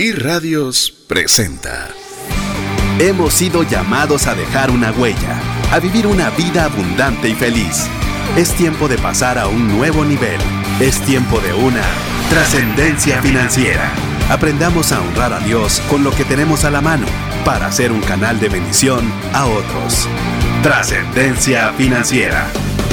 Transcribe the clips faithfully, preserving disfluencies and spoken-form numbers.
iRadios presenta. Hemos sido llamados a dejar una huella, a vivir una vida abundante y feliz. Es tiempo de pasar a un nuevo nivel. Es tiempo de una trascendencia financiera. Aprendamos a honrar a Dios con lo que tenemos a la mano para ser un canal de bendición a otros. Trascendencia financiera.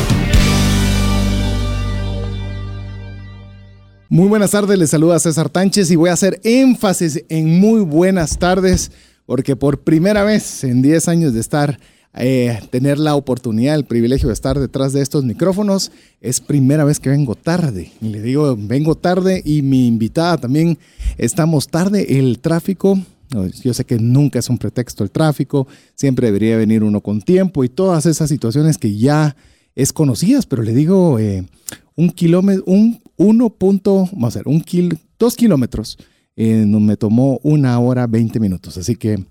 Muy buenas tardes, les saluda César Tánchez y voy a hacer énfasis en muy buenas tardes porque por primera vez en diez años de estar, eh, tener la oportunidad, el privilegio de estar detrás de estos micrófonos, es primera vez que vengo tarde. Y le digo, vengo tarde y mi invitada también, estamos tarde. El tráfico, yo sé que nunca es un pretexto el tráfico, siempre debería venir uno con tiempo y todas esas situaciones que ya es conocidas, pero le digo, eh, un kilómetro, un uno punto, vamos a ver, un kil, dos kilómetros, eh, me tomó una hora veinte minutos, así que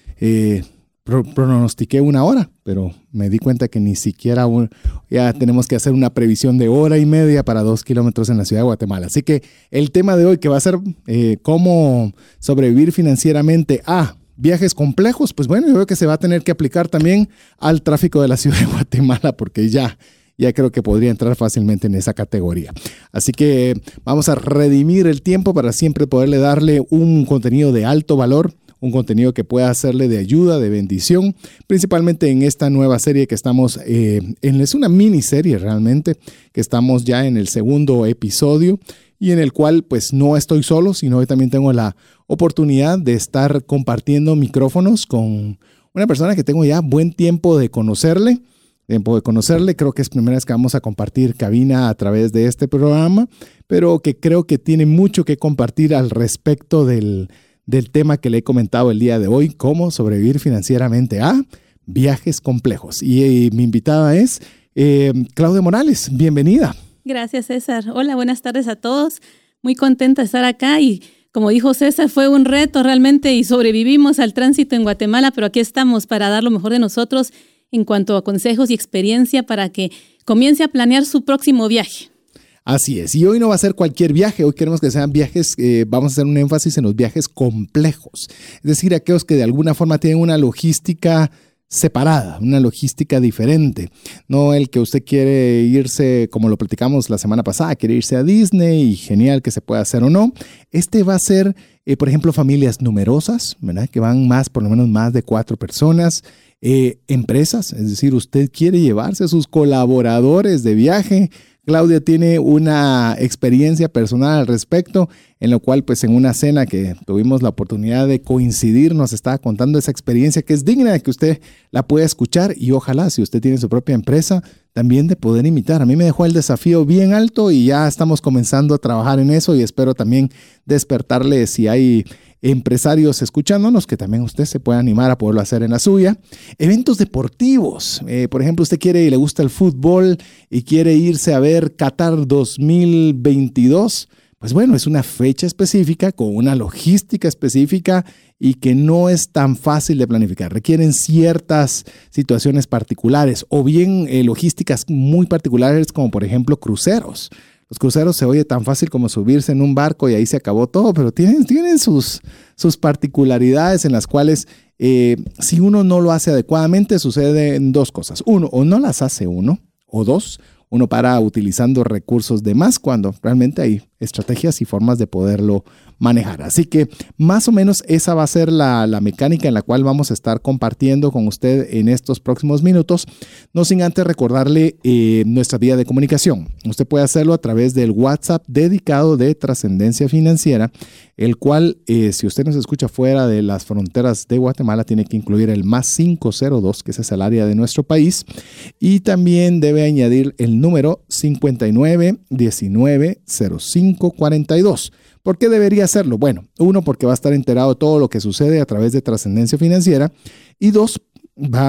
eh, pro, pronostiqué una hora, pero me di cuenta que ni siquiera un, ya tenemos que hacer una previsión de hora y media para dos kilómetros en la ciudad de Guatemala. Así que el tema de hoy que va a ser eh, cómo sobrevivir financieramente a viajes complejos, pues bueno, yo creo que se va a tener que aplicar también al tráfico de la ciudad de Guatemala, porque ya... ya creo que podría entrar fácilmente en esa categoría. Así que vamos a redimir el tiempo para siempre poderle darle un contenido de alto valor, un contenido que pueda hacerle de ayuda, de bendición, principalmente en esta nueva serie que estamos, eh, en, es una miniserie realmente, que estamos ya en el segundo episodio y en el cual pues no estoy solo, sino que también tengo la oportunidad de estar compartiendo micrófonos con una persona que tengo ya buen tiempo de conocerle. Tiempo de conocerle, creo que es primera vez que vamos a compartir cabina a través de este programa, pero que creo que tiene mucho que compartir al respecto del, del tema que le he comentado el día de hoy, cómo sobrevivir financieramente a viajes complejos. Y, y mi invitada es eh, Claudia Morales, bienvenida. Gracias, César. Hola, buenas tardes a todos. Muy contenta de estar acá y como dijo César, fue un reto realmente y sobrevivimos al tránsito en Guatemala, pero aquí estamos para dar lo mejor de nosotros en cuanto a consejos y experiencia para que comience a planear su próximo viaje. Así es, y hoy no va a ser cualquier viaje, hoy queremos que sean viajes, eh, vamos a hacer un énfasis en los viajes complejos, es decir, aquellos que de alguna forma tienen una logística separada, una logística diferente, no el que usted quiere irse, como lo platicamos la semana pasada, quiere irse a Disney y genial que se pueda hacer o no. Este va a ser, eh, por ejemplo, familias numerosas, ¿verdad? Que van más, por lo menos más de cuatro personas, eh, empresas, es decir, usted quiere llevarse a sus colaboradores de viaje. Claudia tiene una experiencia personal al respecto, en lo cual pues en una cena que tuvimos la oportunidad de coincidir nos estaba contando esa experiencia que es digna de que usted la pueda escuchar y ojalá si usted tiene su propia empresa también de poder imitar. A mí me dejó el desafío bien alto y ya estamos comenzando a trabajar en eso y espero también despertarle si hay empresarios escuchándonos, que también usted se pueda animar a poderlo hacer en la suya. Eventos deportivos, eh, por ejemplo, usted quiere y le gusta el fútbol y quiere irse a ver Qatar dos mil veintidós, pues bueno, es una fecha específica con una logística específica y que no es tan fácil de planificar. Requieren ciertas situaciones particulares o bien eh, logísticas muy particulares como por ejemplo cruceros. Los cruceros se oye tan fácil como subirse en un barco y ahí se acabó todo, pero tienen, tienen sus, sus particularidades en las cuales eh, si uno no lo hace adecuadamente suceden dos cosas. Uno, o no las hace uno, o dos, uno para utilizando recursos de más cuando realmente hay estrategias y formas de poderlo manejar. Así que más o menos esa va a ser la, la mecánica en la cual vamos a estar compartiendo con usted en estos próximos minutos, no sin antes recordarle eh, nuestra vía de comunicación. Usted puede hacerlo a través del WhatsApp dedicado de Trascendencia Financiera, el cual eh, si usted nos escucha fuera de las fronteras de Guatemala tiene que incluir el más cinco cero dos, que ese es el área de nuestro país, y también debe añadir el número cincuenta y nueve diecinueve cero cinco cuarenta y dos. ¿Por qué debería hacerlo? Bueno, uno, porque va a estar enterado de todo lo que sucede a través de Trascendencia Financiera y dos, va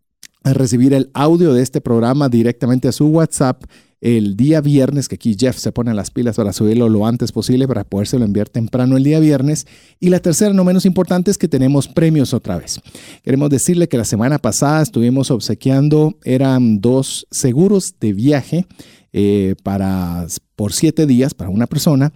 a recibir el audio de este programa directamente a su WhatsApp el día viernes, que aquí Jeff se pone las pilas para subirlo lo antes posible para podérselo enviar temprano el día viernes. Y la tercera, no menos importante, es que tenemos premios otra vez. Queremos decirle que la semana pasada estuvimos obsequiando, eran dos seguros de viaje eh, para, por siete días para una persona.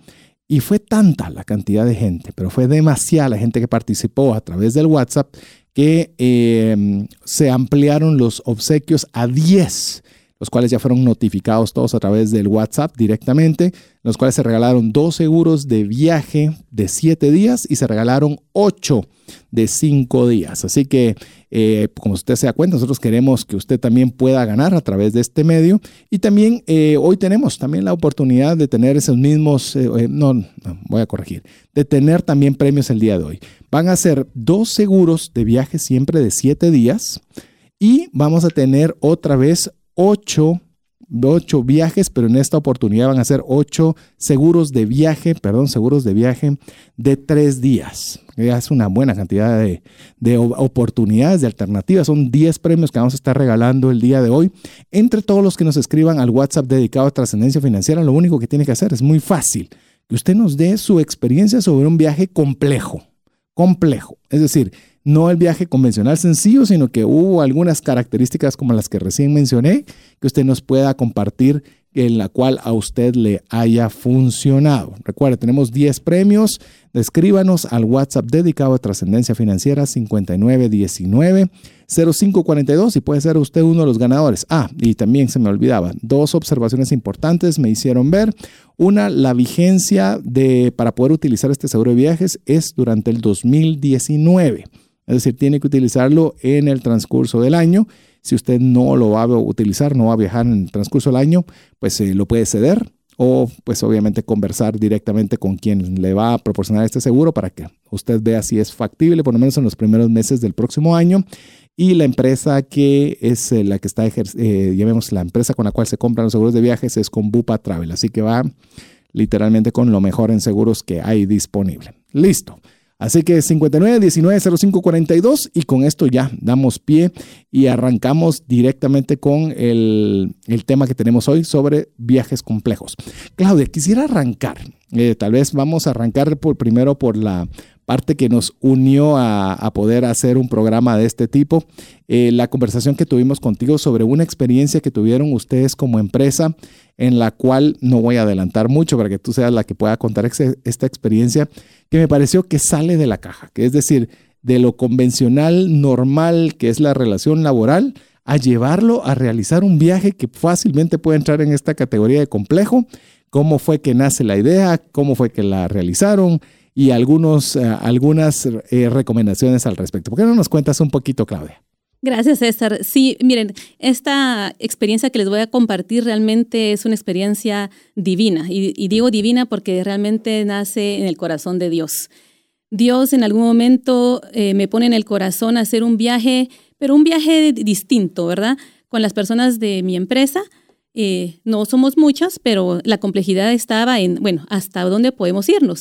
Y fue tanta la cantidad de gente, pero fue demasiada la gente que participó a través del WhatsApp que eh, se ampliaron los obsequios a diez, los cuales ya fueron notificados todos a través del WhatsApp directamente, los cuales se regalaron dos seguros de viaje de siete días y se regalaron ocho de cinco días. Así que, eh, como usted se da cuenta, nosotros queremos que usted también pueda ganar a través de este medio. Y también eh, hoy tenemos también la oportunidad de tener esos mismos, eh, no, no, voy a corregir, de tener también premios el día de hoy. Van a ser dos seguros de viaje siempre de siete días y vamos a tener otra vez Ocho, ocho viajes, pero en esta oportunidad van a ser ocho seguros de viaje, perdón, seguros de viaje de tres días. Ya es una buena cantidad de, de oportunidades, de alternativas. Son diez premios que vamos a estar regalando el día de hoy. Entre todos los que nos escriban al WhatsApp dedicado a Trascendencia Financiera, lo único que tiene que hacer es muy fácil. Que usted nos dé su experiencia sobre un viaje complejo. Complejo. Es decir, no el viaje convencional sencillo, sino que hubo algunas características como las que recién mencioné que usted nos pueda compartir en la cual a usted le haya funcionado. Recuerde, tenemos diez premios. Escríbanos al WhatsApp dedicado a Trascendencia Financiera cincuenta y nueve diecinueve cero cinco cuarenta y dos y puede ser usted uno de los ganadores. Ah, y también se me olvidaba, dos observaciones importantes me hicieron ver. Una, la vigencia de, para poder utilizar este seguro de viajes es durante el dos mil diecinueve. Es decir, tiene que utilizarlo en el transcurso del año. Si usted no lo va a utilizar, no va a viajar en el transcurso del año, pues eh, lo puede ceder o pues obviamente conversar directamente con quien le va a proporcionar este seguro para que usted vea si es factible, por lo menos en los primeros meses del próximo año. Y la empresa que es eh, la que está, eh, llamemos la empresa con la cual se compran los seguros de viajes es con Bupa Travel. Así que va literalmente con lo mejor en seguros que hay disponible. Listo. Así que cincuenta y nueve diecinueve cero cinco cuarenta y dos y con esto ya damos pie y arrancamos directamente con el, el tema que tenemos hoy sobre viajes complejos. Claudia, quisiera arrancar, eh, tal vez vamos a arrancar por, primero por la parte que nos unió a, a poder hacer un programa de este tipo, eh, la conversación que tuvimos contigo sobre una experiencia que tuvieron ustedes como empresa, en la cual no voy a adelantar mucho para que tú seas la que pueda contar ex- esta experiencia, que me pareció que sale de la caja, que es decir, de lo convencional, normal, que es la relación laboral, a llevarlo a realizar un viaje que fácilmente puede entrar en esta categoría de complejo. ¿Cómo fue que nace la idea? ¿Cómo fue que la realizaron? Y algunos, uh, algunas eh, recomendaciones al respecto. ¿Por qué no nos cuentas un poquito, Claudia? Gracias, César. Sí, miren, esta experiencia que les voy a compartir realmente es una experiencia divina. Y, y digo divina porque realmente nace en el corazón de Dios. Dios en algún momento eh, me pone en el corazón a hacer un viaje, pero un viaje distinto, ¿verdad? Con las personas de mi empresa. Eh, no somos muchas, pero la complejidad estaba en, bueno, hasta dónde podemos irnos.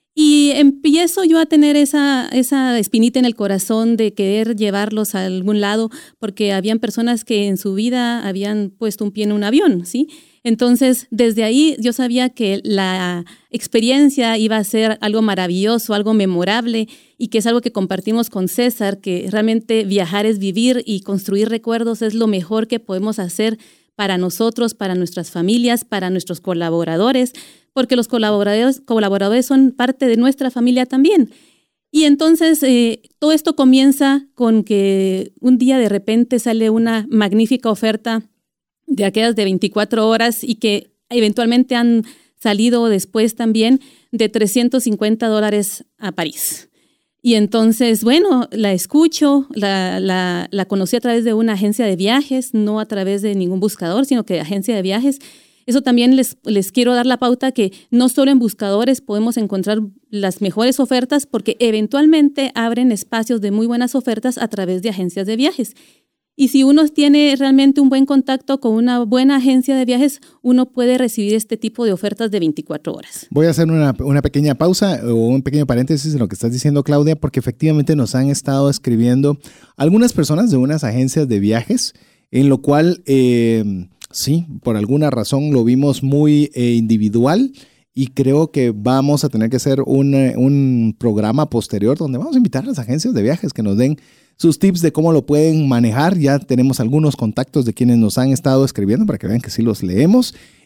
Y empiezo yo a tener esa, esa espinita en el corazón de querer llevarlos a algún lado, porque habían personas que en su vida habían puesto un pie en un avión, ¿sí? Entonces, desde ahí yo sabía que la experiencia iba a ser algo maravilloso, algo memorable, y que es algo que compartimos con César, que realmente viajar es vivir y construir recuerdos es lo mejor que podemos hacer para nosotros, para nuestras familias, para nuestros colaboradores, porque los colaboradores, colaboradores son parte de nuestra familia también. Y entonces eh, todo esto comienza con que un día de repente sale una magnífica oferta de aquellas de veinticuatro horas y que eventualmente han salido después también de trescientos cincuenta dólares a París. Y entonces, bueno, la escucho, la, la, la conocí a través de una agencia de viajes, no a través de ningún buscador, sino que de agencia de viajes. Eso también les, les quiero dar la pauta que no solo en buscadores podemos encontrar las mejores ofertas, porque eventualmente abren espacios de muy buenas ofertas a través de agencias de viajes. Y si uno tiene realmente un buen contacto con una buena agencia de viajes, uno puede recibir este tipo de ofertas de veinticuatro horas. Voy a hacer una, una pequeña pausa o un pequeño paréntesis en lo que estás diciendo, Claudia, porque efectivamente nos han estado escribiendo algunas personas de unas agencias de viajes, en lo cual, eh, sí, por alguna razón lo vimos muy eh, individual. Y creo que vamos a tener que hacer un, un programa posterior donde vamos a invitar a las agencias de viajes que nos den sus tips de cómo lo pueden manejar. Ya tenemos algunos contactos de quienes nos han estado escribiendo para que vean que sí los leemos.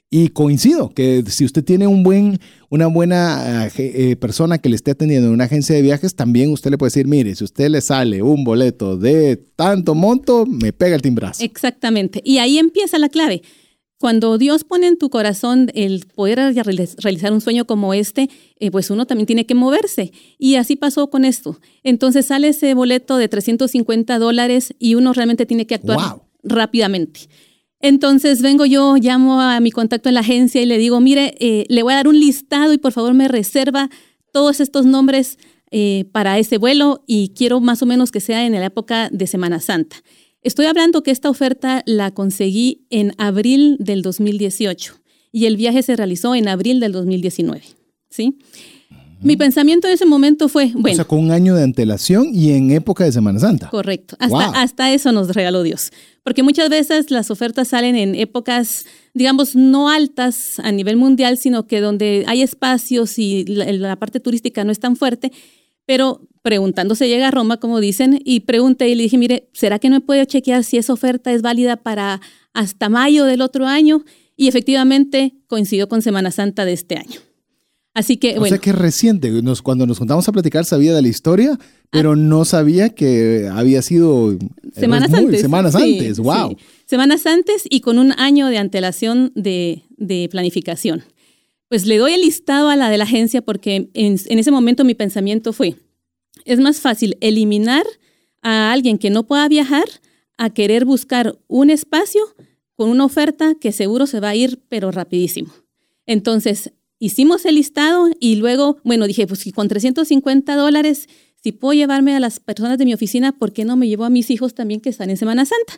Y coincido que si usted tiene un buen, una buena eh, persona que le esté atendiendo en una agencia de viajes, también usted le puede decir, mire, si usted le sale un boleto de tanto monto, me pega el timbrazo. Exactamente. Y ahí empieza la clave. Cuando Dios pone en tu corazón el poder realizar un sueño como este, eh, pues uno también tiene que moverse. Y así pasó con esto. Entonces sale ese boleto de trescientos cincuenta dólares y uno realmente tiene que actuar wow. rápidamente. Entonces vengo yo, llamo a mi contacto en la agencia y le digo, mire, eh, le voy a dar un listado y por favor me reserva todos estos nombres eh, para ese vuelo y quiero más o menos que sea en la época de Semana Santa. Estoy hablando que esta oferta la conseguí en abril del dos mil dieciocho y el viaje se realizó en abril del dos mil diecinueve, ¿sí? Mi pensamiento en ese momento fue, bueno. O sea, con un año de antelación y en época de Semana Santa. Correcto. Hasta, wow. hasta eso nos regaló Dios. Porque muchas veces las ofertas salen en épocas, digamos, no altas a nivel mundial, sino que donde hay espacios y la, la parte turística no es tan fuerte. Pero preguntando se llega a Roma, como dicen, y pregunté y le dije, mire, ¿será que no me puedo chequear si esa oferta es válida para hasta mayo del otro año? Y efectivamente coincidió con Semana Santa de este año. Así que, o bueno. sea que reciente, nos, cuando nos juntamos a platicar sabía de la historia, pero ah, no sabía que había sido semanas muy, antes. Semanas sí, antes, wow. Sí. Semanas antes y con un año de antelación de, de planificación. Pues le doy el listado a la de la agencia porque en, en ese momento mi pensamiento fue, es más fácil eliminar a alguien que no pueda viajar a querer buscar un espacio con una oferta que seguro se va a ir, pero rapidísimo. Entonces, hicimos el listado y luego, bueno, dije, pues con trescientos cincuenta dólares, si puedo llevarme a las personas de mi oficina, ¿por qué no me llevo a mis hijos también que están en Semana Santa?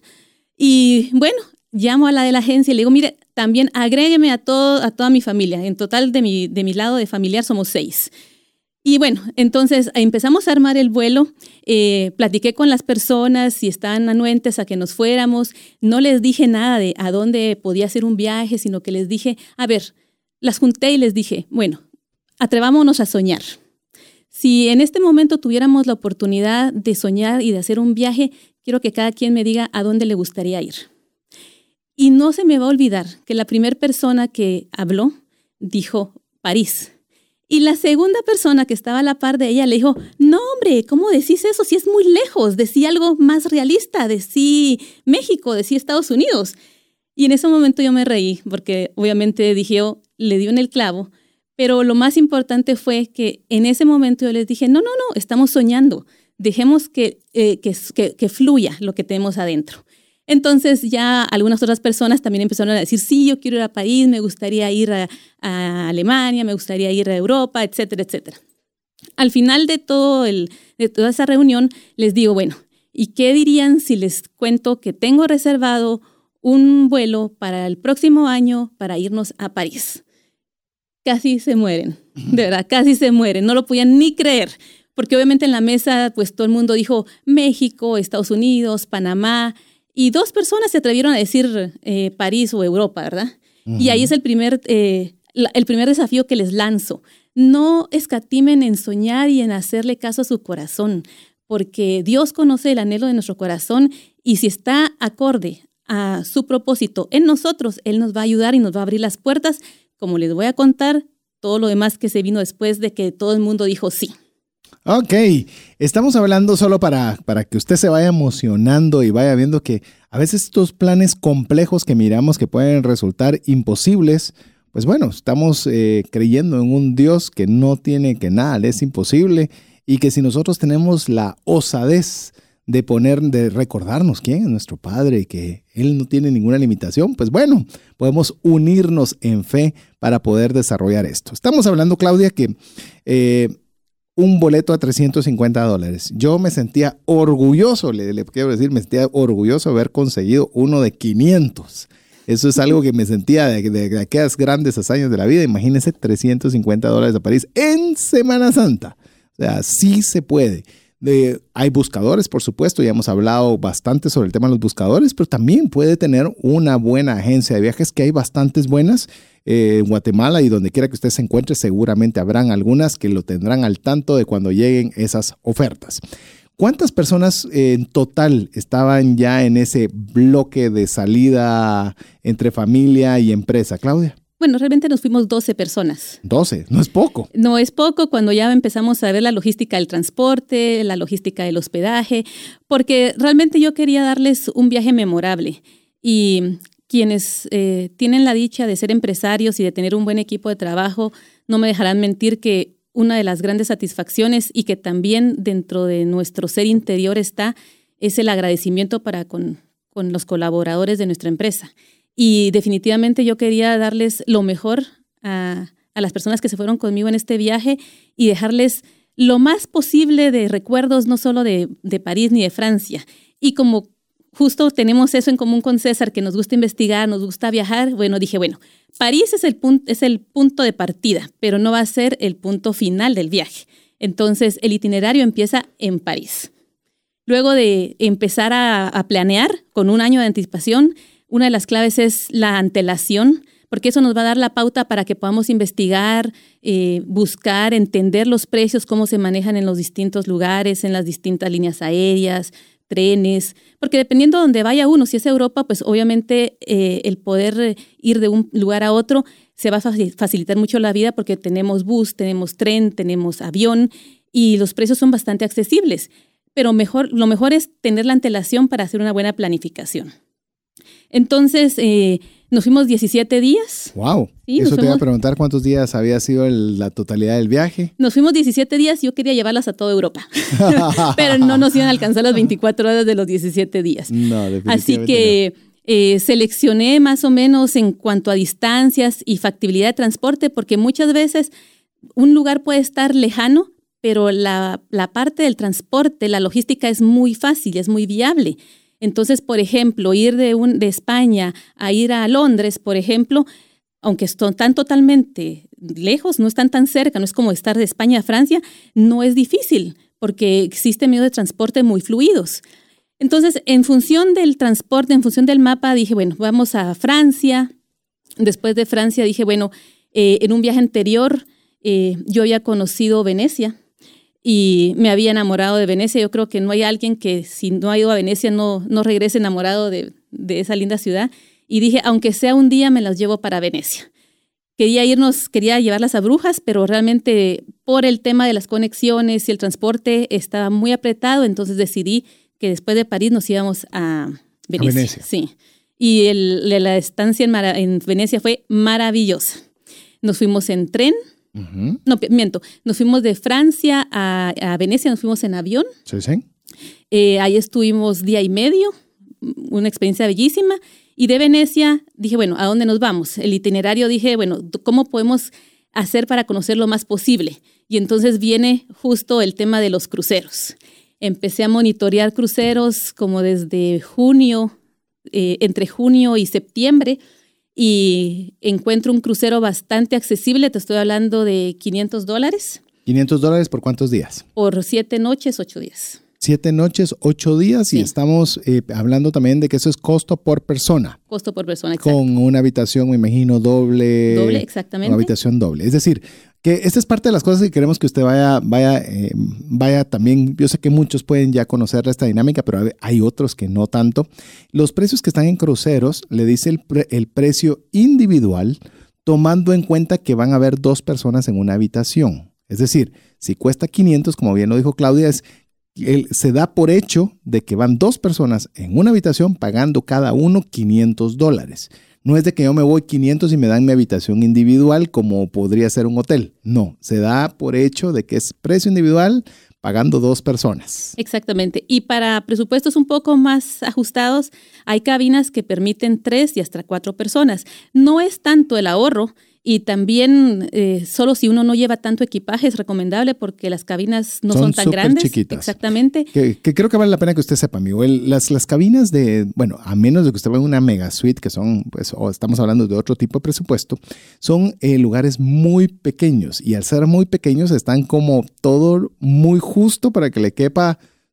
Y bueno, llamo a la de la agencia y le digo, mire, también agrégueme a, todo, a toda mi familia. En total, de mi, de mi lado de familiar somos seis. Y bueno, entonces empezamos a armar el vuelo, eh, platiqué con las personas si estaban anuentes a que nos fuéramos. No les dije nada de a dónde podía hacer un viaje, sino que les dije, a ver, las junté y les dije, bueno, atrevámonos a soñar. Si en este momento tuviéramos la oportunidad de soñar y de hacer un viaje, quiero que cada quien me diga a dónde le gustaría ir. Y no se me va a olvidar que la primera persona que habló dijo París. Y la segunda persona que estaba a la par de ella le dijo, no hombre, ¿cómo decís eso si es muy lejos? Decí algo más realista, decí México, decí Estados Unidos. Y en ese momento yo me reí porque obviamente dije, oh, le dio en el clavo. Pero lo más importante fue que en ese momento yo les dije, no, no, no, estamos soñando. Dejemos que, eh, que, que, que fluya lo que tenemos adentro. Entonces ya algunas otras personas también empezaron a decir, sí, yo quiero ir a París, me gustaría ir a, a Alemania, me gustaría ir a Europa, etcétera, etcétera. Al final de, todo el, de toda esa reunión les digo, bueno, ¿y qué dirían si les cuento que tengo reservado un vuelo para el próximo año para irnos a París? Casi se mueren, de verdad, casi se mueren, no lo podían ni creer. Porque obviamente en la mesa pues todo el mundo dijo México, Estados Unidos, Panamá, y dos personas se atrevieron a decir eh, París o Europa, ¿verdad? Uh-huh. Y ahí es el primer, eh, la, el primer desafío que les lanzo. No escatimen en soñar y en hacerle caso a su corazón, porque Dios conoce el anhelo de nuestro corazón y si está acorde a su propósito en nosotros, Él nos va a ayudar y nos va a abrir las puertas, como les voy a contar todo lo demás que se vino después de que todo el mundo dijo sí. Ok, estamos hablando solo para, para que usted se vaya emocionando y vaya viendo que a veces estos planes complejos que miramos que pueden resultar imposibles, pues bueno, estamos eh, creyendo en un Dios que no tiene, que nada le es imposible y que si nosotros tenemos la osadez de poner, de recordarnos quién es nuestro Padre y que Él no tiene ninguna limitación, pues bueno, podemos unirnos en fe para poder desarrollar esto. Estamos hablando, Claudia, que eh, un boleto a trescientos cincuenta dólares. Yo me sentía orgulloso, le, le quiero decir, me sentía orgulloso de haber conseguido uno de quinientos. Eso es algo que me sentía de, de, de aquellas grandes hazañas de la vida. Imagínense, trescientos cincuenta dólares a París en Semana Santa. O sea, sí se puede. De, hay buscadores, por supuesto, ya hemos hablado bastante sobre el tema de los buscadores, pero también puede tener una buena agencia de viajes, que hay bastantes buenas eh, en Guatemala y donde quiera que usted se encuentre, seguramente habrán algunas que lo tendrán al tanto de cuando lleguen esas ofertas. ¿Cuántas personas eh, en total estaban ya en ese bloque de salida entre familia y empresa, Claudia? Bueno, realmente nos fuimos doce personas. doce, no es poco. No es poco cuando ya empezamos a ver la logística del transporte, la logística del hospedaje, porque realmente yo quería darles un viaje memorable. Y quienes eh, tienen la dicha de ser empresarios y de tener un buen equipo de trabajo, no me dejarán mentir que una de las grandes satisfacciones y que también dentro de nuestro ser interior está, es el agradecimiento para con, con los colaboradores de nuestra empresa. Y definitivamente yo quería darles lo mejor a, a las personas que se fueron conmigo en este viaje y dejarles lo más posible de recuerdos, no solo de, de París ni de Francia. Y como justo tenemos eso en común con César, que nos gusta investigar, nos gusta viajar, bueno, dije, bueno, París es el, punto, es el punto de partida, pero no va a ser el punto final del viaje. Entonces, el itinerario empieza en París. Luego de empezar a, a planear con un año de anticipación, una de las claves es la antelación, porque eso nos va a dar la pauta para que podamos investigar, eh, buscar, entender los precios, cómo se manejan en los distintos lugares, en las distintas líneas aéreas, trenes, porque dependiendo de dónde vaya uno, si es Europa, pues obviamente eh, el poder ir de un lugar a otro se va a facilitar mucho la vida porque tenemos bus, tenemos tren, tenemos avión y los precios son bastante accesibles, pero mejor, lo mejor es tener la antelación para hacer una buena planificación. Entonces, eh, nos fuimos diecisiete días. ¡Wow! Sí, Eso te fuimos, iba a preguntar cuántos días había sido el, la totalidad del viaje. Nos fuimos diecisiete días y yo quería llevarlas a toda Europa. Pero no nos iban a alcanzar las veinticuatro horas de los diecisiete días. No, definitivamente Así que no. eh, seleccioné más o menos en cuanto a distancias y factibilidad de transporte, porque muchas veces un lugar puede estar lejano, pero la, la parte del transporte, la logística es muy fácil, es muy viable. Entonces, por ejemplo, ir de, un, de España a ir a Londres, por ejemplo, aunque están totalmente lejos, no están tan cerca, no es como estar de España a Francia, no es difícil porque existen medios de transporte muy fluidos. Entonces, en función del transporte, en función del mapa, dije, bueno, vamos a Francia. Después de Francia dije, bueno, eh, en un viaje anterior eh, yo había conocido Venecia. Y me había enamorado de Venecia. Yo creo que no hay alguien que si no ha ido a Venecia no, no regrese enamorado de, de esa linda ciudad. Y dije, aunque sea un día, me las llevo para Venecia. Quería irnos, quería llevarlas a Brujas, pero realmente por el tema de las conexiones y el transporte estaba muy apretado. Entonces decidí que después de París nos íbamos a Venecia. A Venecia. Sí. Y el, la estancia en, Mara, en Venecia fue maravillosa. Nos fuimos en tren. Uh-huh. No, miento, nos fuimos de Francia a, a Venecia, nos fuimos en avión. Sí, sí. Eh, ahí estuvimos día y medio, una experiencia bellísima. Y de Venecia dije, bueno, ¿a dónde nos vamos? El itinerario dije, bueno, ¿cómo podemos hacer para conocer lo más posible? Y entonces viene justo el tema de los cruceros. Empecé a monitorear cruceros como desde junio, eh, entre junio y septiembre. Y encuentro un crucero bastante accesible, te estoy hablando de quinientos dólares. ¿quinientos dólares por cuántos días? Por siete noches, ocho días. Siete noches, ocho días, sí. Y estamos eh, hablando también de que eso es costo por persona. Costo por persona, exacto. Con una habitación, me imagino, doble. Doble, exactamente. Una habitación doble. Es decir, que esta es parte de las cosas que queremos que usted vaya, vaya, eh, vaya también. Yo sé que muchos pueden ya conocer esta dinámica, pero hay otros que no tanto. Los precios que están en cruceros, le dice el, pre, el precio individual, tomando en cuenta que van a haber dos personas en una habitación. Es decir, si cuesta quinientos, como bien lo dijo Claudia, es, el, se da por hecho de que van dos personas en una habitación pagando cada uno quinientos dólares. No es de que yo me voy quinientos y me dan mi habitación individual como podría ser un hotel. No, se da por hecho de que es precio individual pagando dos personas. Exactamente. Y para presupuestos un poco más ajustados, hay cabinas que permiten tres y hasta cuatro personas. No es tanto el ahorro. Y también, eh, solo si uno no lleva tanto equipaje es recomendable porque las cabinas no son, son tan grandes. Chiquitas. Exactamente. Que, que creo que vale la pena que usted sepa, amigo. El, las, las cabinas de, bueno, a menos de que usted vaya a una mega suite, que son, pues, o estamos hablando de otro tipo de presupuesto, son eh, lugares muy pequeños. Y al ser muy pequeños están como todo muy justo para que le quepa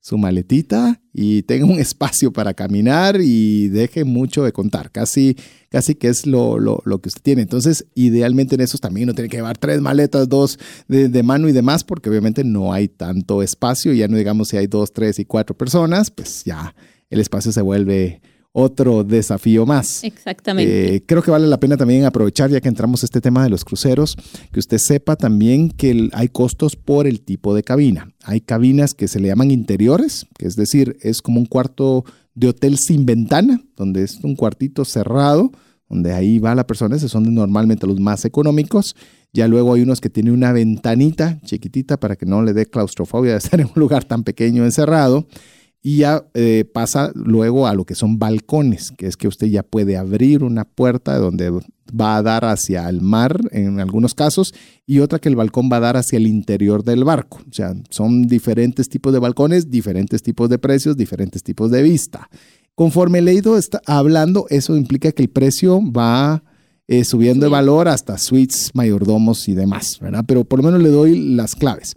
su maletita y tenga un espacio para caminar y deje mucho de contar. Casi, casi que es lo, lo, lo que usted tiene. Entonces, idealmente en esos también no tiene que llevar tres maletas, dos de, de mano y demás, porque obviamente no hay tanto espacio. Ya no digamos si hay dos, tres y cuatro personas, pues ya el espacio se vuelve otro desafío más. Exactamente. Eh, creo que vale la pena también aprovechar, ya que entramos a este tema de los cruceros, que usted sepa también que el, hay costos por el tipo de cabina. Hay cabinas que se le llaman interiores, que es decir, es como un cuarto de hotel sin ventana, donde es un cuartito cerrado, donde ahí va la persona. Esos son normalmente los más económicos. Ya luego hay unos que tienen una ventanita chiquitita para que no le dé claustrofobia de estar en un lugar tan pequeño encerrado. Y ya eh, pasa luego a lo que son balcones, que es que usted ya puede abrir una puerta donde va a dar hacia el mar en algunos casos y otra que el balcón va a dar hacia el interior del barco. O sea, son diferentes tipos de balcones, diferentes tipos de precios, diferentes tipos de vista. Conforme el leído está hablando, eso implica que el precio va eh, subiendo sí. de valor hasta suites, mayordomos y demás, ¿verdad? Pero por lo menos le doy las claves.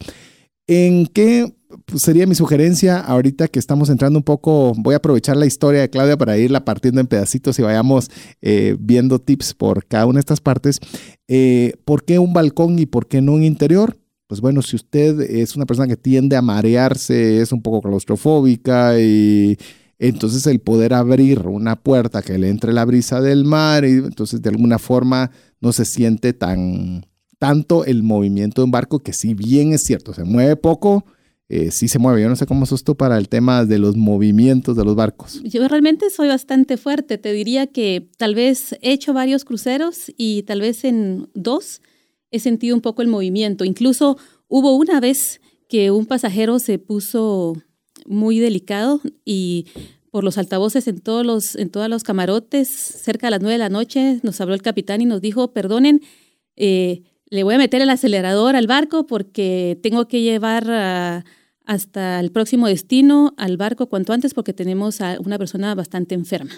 ¿En qué sería mi sugerencia ahorita que estamos entrando un poco? Voy a aprovechar la historia de Claudia para irla partiendo en pedacitos y vayamos eh, viendo tips por cada una de estas partes. Eh, ¿Por qué un balcón y por qué no un interior? Pues bueno, si usted es una persona que tiende a marearse, es un poco claustrofóbica y entonces el poder abrir una puerta que le entre la brisa del mar y entonces de alguna forma no se siente tan tanto el movimiento de un barco, que si bien es cierto, se mueve poco, eh, sí se mueve. Yo no sé cómo sos tú para el tema de los movimientos de los barcos. Yo realmente soy bastante fuerte. Te diría que tal vez he hecho varios cruceros y tal vez en dos he sentido un poco el movimiento. Incluso hubo una vez que un pasajero se puso muy delicado y por los altavoces en todos los, en todos los camarotes, cerca de las nueve de la noche, nos habló el capitán y nos dijo, perdonen, eh, le voy a meter el acelerador al barco porque tengo que llevar a, hasta el próximo destino al barco cuanto antes porque tenemos a una persona bastante enferma.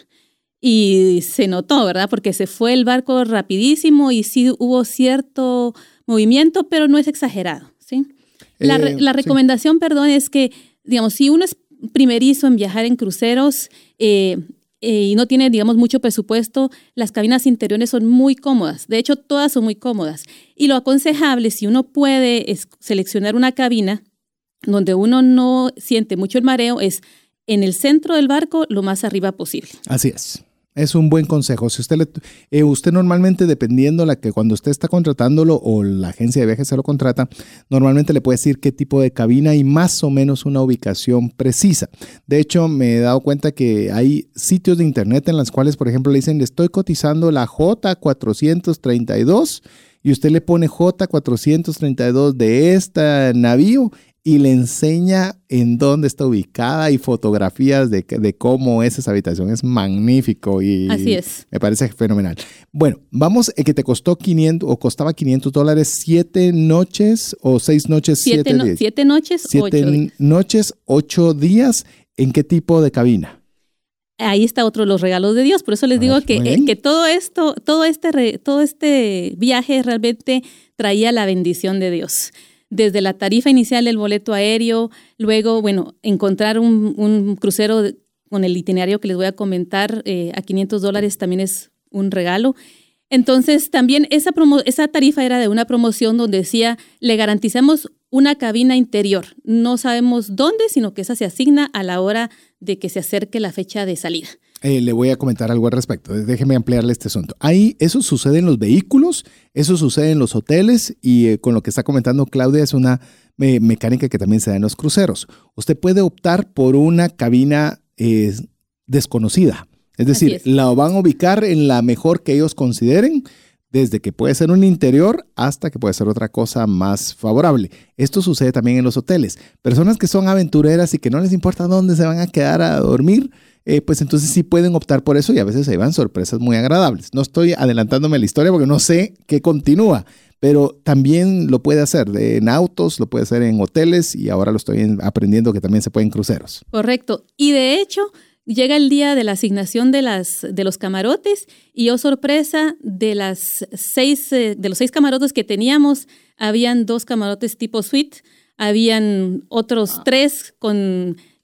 Y se notó, ¿verdad? Porque se fue el barco rapidísimo y sí hubo cierto movimiento, pero no es exagerado, ¿sí? La, eh, la recomendación, sí. perdón, es que, digamos, si uno es primerizo en viajar en cruceros, eh, Eh, y no tiene, digamos, mucho presupuesto, las cabinas interiores son muy cómodas. De hecho, todas son muy cómodas. Y lo aconsejable, si uno puede es seleccionar una cabina donde uno no siente mucho el mareo, es en el centro del barco lo más arriba posible. Así es. Es un buen consejo. Si usted, le, eh, usted normalmente, dependiendo la que cuando usted está contratándolo o la agencia de viajes se lo contrata, normalmente le puede decir qué tipo de cabina y más o menos una ubicación precisa. De hecho, me he dado cuenta que hay sitios de internet en los cuales, por ejemplo, le dicen, le estoy cotizando la J cuatrocientos treinta y dos y usted le pone J cuatrocientos treinta y dos de este navío y le enseña en dónde está ubicada y fotografías de, de cómo es esa habitación. Es magnífico y así es. Me parece fenomenal. Bueno, vamos, eh, que te costó quinientos o costaba quinientos dólares, siete noches o seis noches, siete, siete, no, días. Siete noches, siete ocho días. noches, ocho días. ¿En qué tipo de cabina? Ahí está otro de los regalos de Dios. Por eso les digo Ay, que, eh, que todo esto, todo este, re, todo este viaje realmente traía la bendición de Dios. Desde la tarifa inicial del boleto aéreo, luego, bueno, encontrar un, un crucero con el itinerario que les voy a comentar eh, a quinientos dólares también es un regalo. Entonces, también esa, promo, esa tarifa era de una promoción donde decía, le garantizamos una cabina interior. No sabemos dónde, sino que esa se asigna a la hora de que se acerque la fecha de salida. Eh, le voy a comentar algo al respecto. Déjeme ampliarle este asunto. Ahí eso sucede en los vehículos, eso sucede en los hoteles y eh, con lo que está comentando Claudia es una eh, mecánica que también se da en los cruceros. Usted puede optar por una cabina eh, desconocida. Es decir, es. la van a ubicar en la mejor que ellos consideren, desde que puede ser un interior hasta que puede ser otra cosa más favorable. Esto sucede también en los hoteles. Personas que son aventureras y que no les importa dónde se van a quedar a dormir, eh, pues entonces sí pueden optar por eso y a veces se llevan sorpresas muy agradables. No estoy adelantándome a la historia porque no sé qué continúa, pero también lo puede hacer en autos, lo puede hacer en hoteles y ahora lo estoy aprendiendo que también se puede en cruceros. Correcto. Y de hecho, llega el día de la asignación de, las, de los camarotes y, oh sorpresa, de, las seis, de los seis camarotes que teníamos, habían dos camarotes tipo suite, habían otros tres con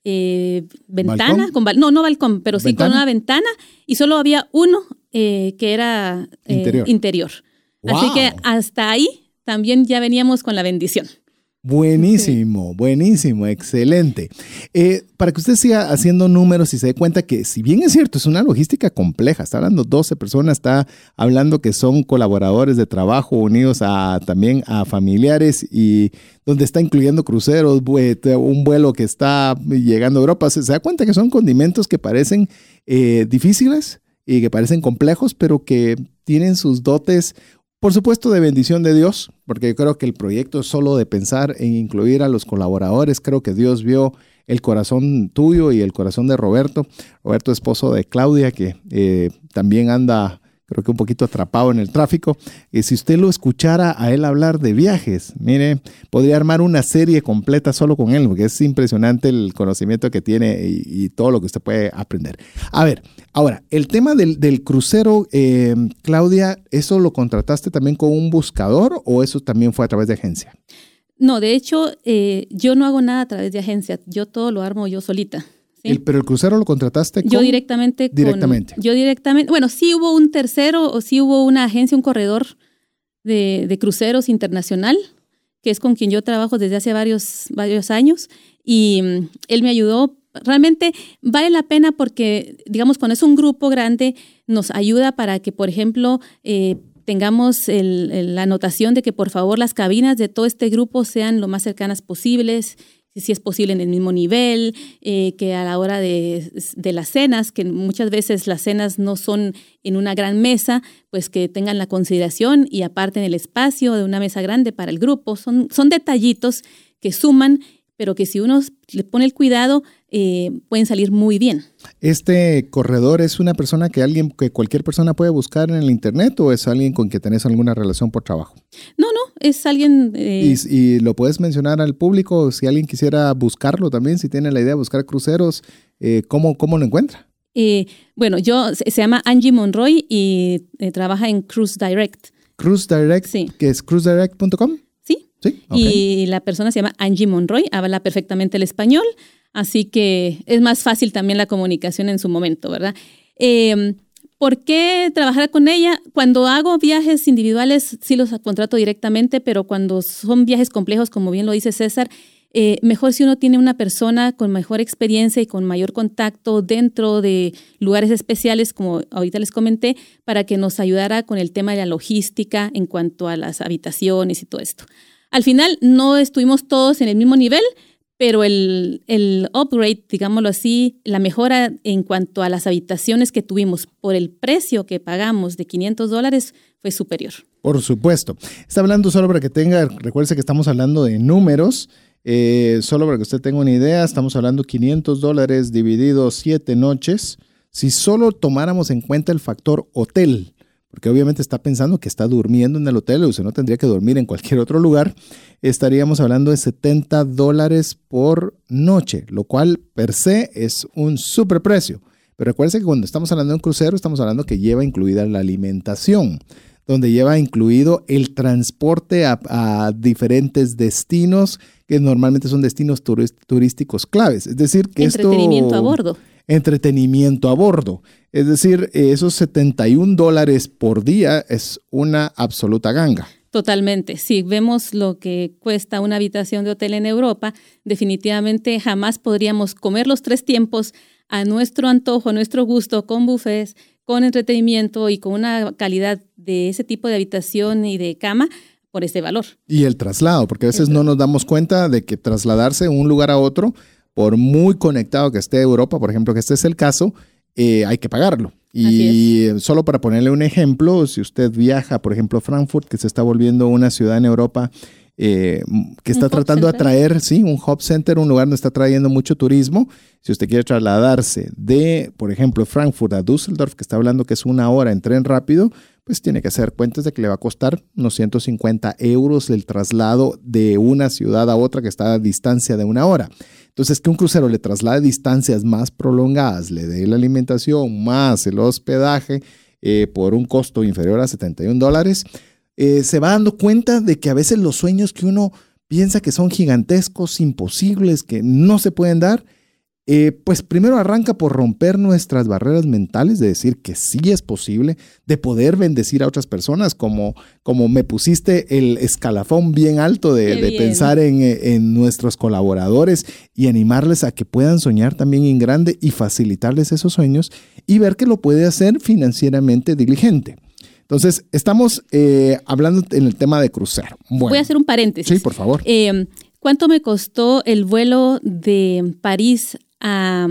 eh, ventana, con, no, no balcón, pero sí ¿Ventana? Con una ventana, y solo había uno eh, que era eh, interior. interior. Wow. Así que hasta ahí también ya veníamos con la bendición. Buenísimo, sí. buenísimo, excelente. Eh, para que usted siga haciendo números y se dé cuenta que, si bien es cierto, es una logística compleja, está hablando doce personas, está hablando que son colaboradores de trabajo unidos a, también a familiares, y donde está incluyendo cruceros, un vuelo que está llegando a Europa. Se, se da cuenta que son condimentos que parecen eh, difíciles y que parecen complejos, pero que tienen sus dotes, por supuesto, de bendición de Dios, porque yo creo que el proyecto es solo de pensar en incluir a los colaboradores. Creo que Dios vio el corazón tuyo y el corazón de Roberto, Roberto, esposo de Claudia, que eh, también anda, creo que un poquito atrapado en el tráfico. Y si usted lo escuchara a él hablar de viajes, mire, podría armar una serie completa solo con él, porque es impresionante el conocimiento que tiene y, y todo lo que usted puede aprender. A ver, ahora, el tema del, del crucero, eh, Claudia, ¿eso lo contrataste también con un buscador o eso también fue a través de agencia? No, de hecho, eh, yo no hago nada a través de agencia. Yo todo lo armo yo solita. ¿Sí? El, ¿Pero el crucero lo contrataste con? Yo directamente. Con, directamente. Yo directamente. Bueno, sí hubo un tercero o sí hubo una agencia, un corredor de, de cruceros internacional, que es con quien yo trabajo desde hace varios, varios años, y um, él me ayudó. Realmente vale la pena porque, digamos, cuando es un grupo grande, nos ayuda para que, por ejemplo, eh, tengamos el, el, la anotación de que, por favor, las cabinas de todo este grupo sean lo más cercanas posibles, si es posible en el mismo nivel, eh, que a la hora de, de las cenas, que muchas veces las cenas no son en una gran mesa, pues que tengan la consideración y aparten el espacio de una mesa grande para el grupo. Son, son detallitos que suman, pero que si uno le pone el cuidado, eh, pueden salir muy bien. ¿Este corredor es una persona que alguien, que cualquier persona puede buscar en el internet, o es alguien con quien tenés alguna relación por trabajo? No, no, es alguien... Eh... ¿Y, y lo puedes mencionar al público si alguien quisiera buscarlo también, si tiene la idea de buscar cruceros, eh, ¿cómo, cómo lo encuentra? Eh, bueno, yo se, se llama Angie Monroy y eh, trabaja en Cruise Direct. ¿Cruise Direct? Sí. ¿Que es cruise direct punto com? Sí. Sí, okay. Y la persona se llama Angie Monroy, habla perfectamente el español, así que es más fácil también la comunicación en su momento, ¿verdad? Eh, ¿Por qué trabajar con ella? Cuando hago viajes individuales sí los contrato directamente, pero cuando son viajes complejos, como bien lo dice César, eh, mejor si uno tiene una persona con mejor experiencia y con mayor contacto dentro de lugares especiales, como ahorita les comenté, para que nos ayudara con el tema de la logística en cuanto a las habitaciones y todo esto. Al final no estuvimos todos en el mismo nivel, pero el, el upgrade, digámoslo así, la mejora en cuanto a las habitaciones que tuvimos por el precio que pagamos de quinientos dólares fue superior. Por supuesto. Está hablando solo para que tenga, recuerde que estamos hablando de números, eh, solo para que usted tenga una idea, estamos hablando quinientos dólares divididos siete noches. Si solo tomáramos en cuenta el factor hotel, porque obviamente está pensando que está durmiendo en el hotel, usted no tendría que dormir en cualquier otro lugar, estaríamos hablando de setenta dólares por noche, lo cual per se es un super precio. Pero recuerde que cuando estamos hablando de un crucero, estamos hablando que lleva incluida la alimentación, donde lleva incluido el transporte a, a diferentes destinos, que normalmente son destinos turísticos claves. Es decir, que entretenimiento esto... a bordo. Entretenimiento a bordo. Es decir, esos setenta y un dólares por día es una absoluta ganga. Totalmente. Si vemos lo que cuesta una habitación de hotel en Europa, definitivamente jamás podríamos comer los tres tiempos a nuestro antojo, a nuestro gusto, con buffets, con entretenimiento y con una calidad de ese tipo de habitación y de cama por ese valor. Y el traslado, porque a veces no nos damos cuenta de que trasladarse de un lugar a otro, por muy conectado que esté Europa, por ejemplo, que este es el caso, eh, hay que pagarlo. Y solo para ponerle un ejemplo, si usted viaja, por ejemplo, a Frankfurt, que se está volviendo una ciudad en Europa eh, que está tratando de atraer, sí, un hub center, un lugar donde está trayendo mucho turismo. Si usted quiere trasladarse de, por ejemplo, Frankfurt a Düsseldorf, que está hablando que es una hora en tren rápido, pues tiene que hacer cuentas de que le va a costar unos ciento cincuenta euros el traslado de una ciudad a otra que está a distancia de una hora. Entonces, que un crucero le traslade distancias más prolongadas, le dé la alimentación más el hospedaje eh, por un costo inferior a setenta y un dólares, eh, se va dando cuenta de que a veces los sueños que uno piensa que son gigantescos, imposibles, que no se pueden dar, Eh, pues primero arranca por romper nuestras barreras mentales, de decir que sí es posible, de poder bendecir a otras personas, como, como me pusiste el escalafón bien alto de, de pensar en, en nuestros colaboradores y animarles a que puedan soñar también en grande y facilitarles esos sueños y ver que lo puede hacer financieramente diligente. Entonces, estamos eh, hablando en el tema de crucero. Bueno, voy a hacer un paréntesis. Sí, por favor. Eh, ¿Cuánto me costó el vuelo de París a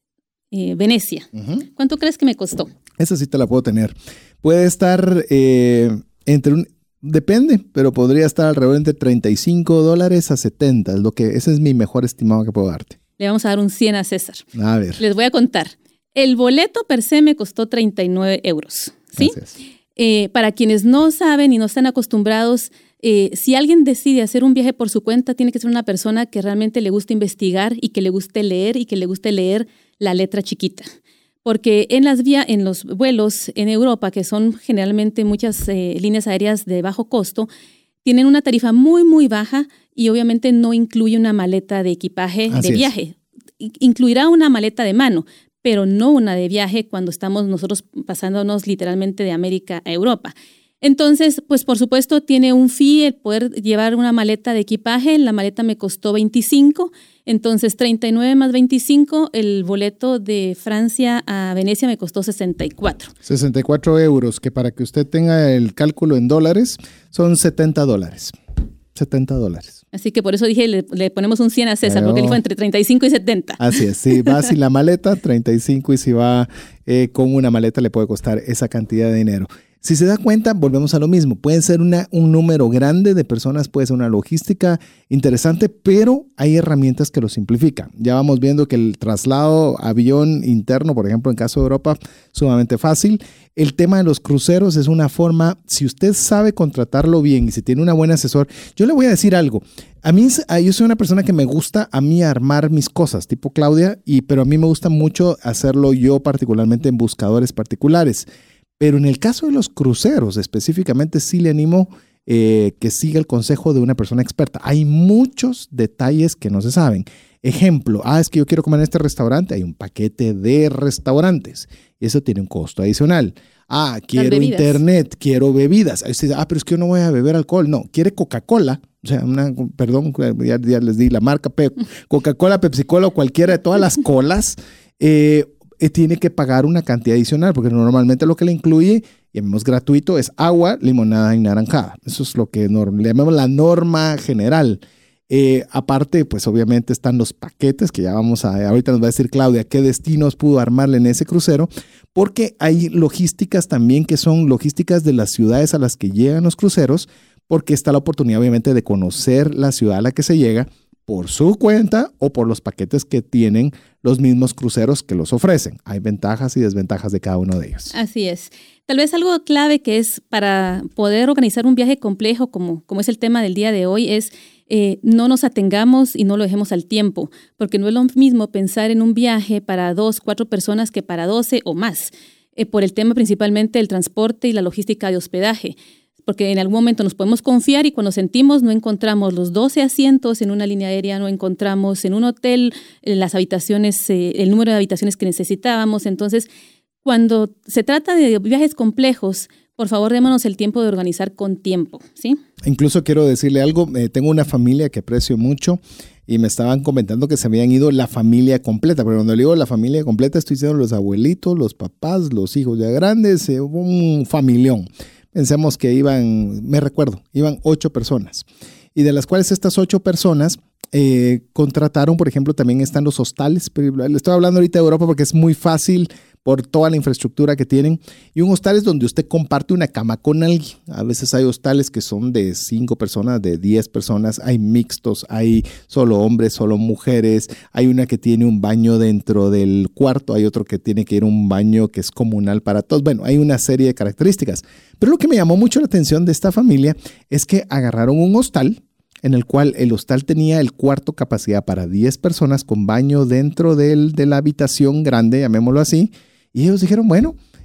eh, Venecia? Uh-huh. ¿Cuánto crees que me costó? Esa sí te la puedo tener. Puede estar eh, entre un... Depende, pero podría estar alrededor entre treinta y cinco dólares a setenta. Es lo que, ese es mi mejor estimado que puedo darte. Le vamos a dar un cien a César. A ver. Les voy a contar. El boleto per se me costó treinta y nueve euros. ¿Sí? Eh, para quienes no saben y no están acostumbrados, eh, si alguien decide hacer un viaje por su cuenta, tiene que ser una persona que realmente le guste investigar y que le guste leer y que le guste leer la letra chiquita. Porque en, las vía, en los vuelos en Europa, que son generalmente muchas eh, líneas aéreas de bajo costo, tienen una tarifa muy, muy baja y obviamente no incluye una maleta de equipaje Así de viaje. Es. Incluirá una maleta de mano, pero no una de viaje cuando estamos nosotros pasándonos literalmente de América a Europa. Entonces, pues por supuesto tiene un fee el poder llevar una maleta de equipaje. La maleta me costó veinticinco, entonces treinta y nueve más veinticinco, el boleto de Francia a Venecia me costó sesenta y cuatro. sesenta y cuatro euros, que para que usted tenga el cálculo en dólares, son setenta dólares. setenta dólares. Así que por eso dije, le, le ponemos un cien a César, Pero, porque él fue entre treinta y cinco y setenta. Así es, si va sin la maleta, treinta y cinco, y si va eh, con una maleta le puede costar esa cantidad de dinero. Si se da cuenta, volvemos a lo mismo. Puede ser una, un número grande de personas, puede ser una logística interesante, pero hay herramientas que lo simplifican. Ya vamos viendo que el traslado avión interno, por ejemplo, en caso de Europa, sumamente fácil. El tema de los cruceros es una forma, si usted sabe contratarlo bien y si tiene una buena asesor, yo le voy a decir algo. A mí, yo soy una persona que me gusta a mí armar mis cosas, tipo Claudia, y, pero a mí me gusta mucho hacerlo yo particularmente en buscadores particulares. Pero en el caso de los cruceros específicamente sí le animo eh, que siga el consejo de una persona experta. Hay muchos detalles que no se saben. Ejemplo, ah, es que yo quiero comer en este restaurante, hay un paquete de restaurantes y eso tiene un costo adicional. Ah, quiero internet, quiero bebidas. Ah, pero es que yo no voy a beber alcohol. No, quiere Coca-Cola. O sea, una, perdón, ya, ya les di la marca, Coca-Cola, Pepsi-Cola o cualquiera de todas las colas. Eh, Eh, tiene que pagar una cantidad adicional, porque normalmente lo que le incluye, llamemos gratuito, es agua, limonada y naranjada. Eso es lo que norm- le llamamos la norma general. Eh, aparte, pues obviamente están los paquetes, que ya vamos a, ahorita nos va a decir Claudia, qué destinos pudo armarle en ese crucero, porque hay logísticas también que son logísticas de las ciudades a las que llegan los cruceros, porque está la oportunidad obviamente de conocer la ciudad a la que se llega, por su cuenta o por los paquetes que tienen los mismos cruceros que los ofrecen. Hay ventajas y desventajas de cada uno de ellos. Así es. Tal vez algo clave que es para poder organizar un viaje complejo, como, como es el tema del día de hoy, es eh, no nos atengamos y no lo dejemos al tiempo, porque no es lo mismo pensar en un viaje para dos, cuatro personas que para doce o más, eh, por el tema principalmente del transporte y la logística de hospedaje. Porque en algún momento nos podemos confiar y cuando sentimos no encontramos los doce asientos en una línea aérea, no encontramos en un hotel las habitaciones, eh, el número de habitaciones que necesitábamos. Entonces, cuando se trata de viajes complejos, por favor, démonos el tiempo de organizar con tiempo, ¿sí? Incluso quiero decirle algo, eh, tengo una familia que aprecio mucho y me estaban comentando que se habían ido la familia completa, pero cuando le digo la familia completa estoy diciendo los abuelitos, los papás, los hijos ya grandes, eh, un familión. Pensemos que iban, me recuerdo, iban ocho personas y de las cuales estas ocho personas eh, contrataron, por ejemplo, también están los hostales. Le estoy hablando ahorita de Europa porque es muy fácil por toda la infraestructura que tienen. Y un hostal es donde usted comparte una cama con alguien. A veces hay hostales que son de cinco personas, de diez personas. Hay mixtos, hay solo hombres, solo mujeres. Hay una que tiene un baño dentro del cuarto. Hay otro que tiene que ir a un baño que es comunal para todos. Bueno, hay una serie de características. Pero lo que me llamó mucho la atención de esta familia es que agarraron un hostal en el cual el hostal tenía el cuarto capacidad para diez personas con baño dentro del, de la habitación grande, llamémoslo así. Y ellos dijeron, bueno,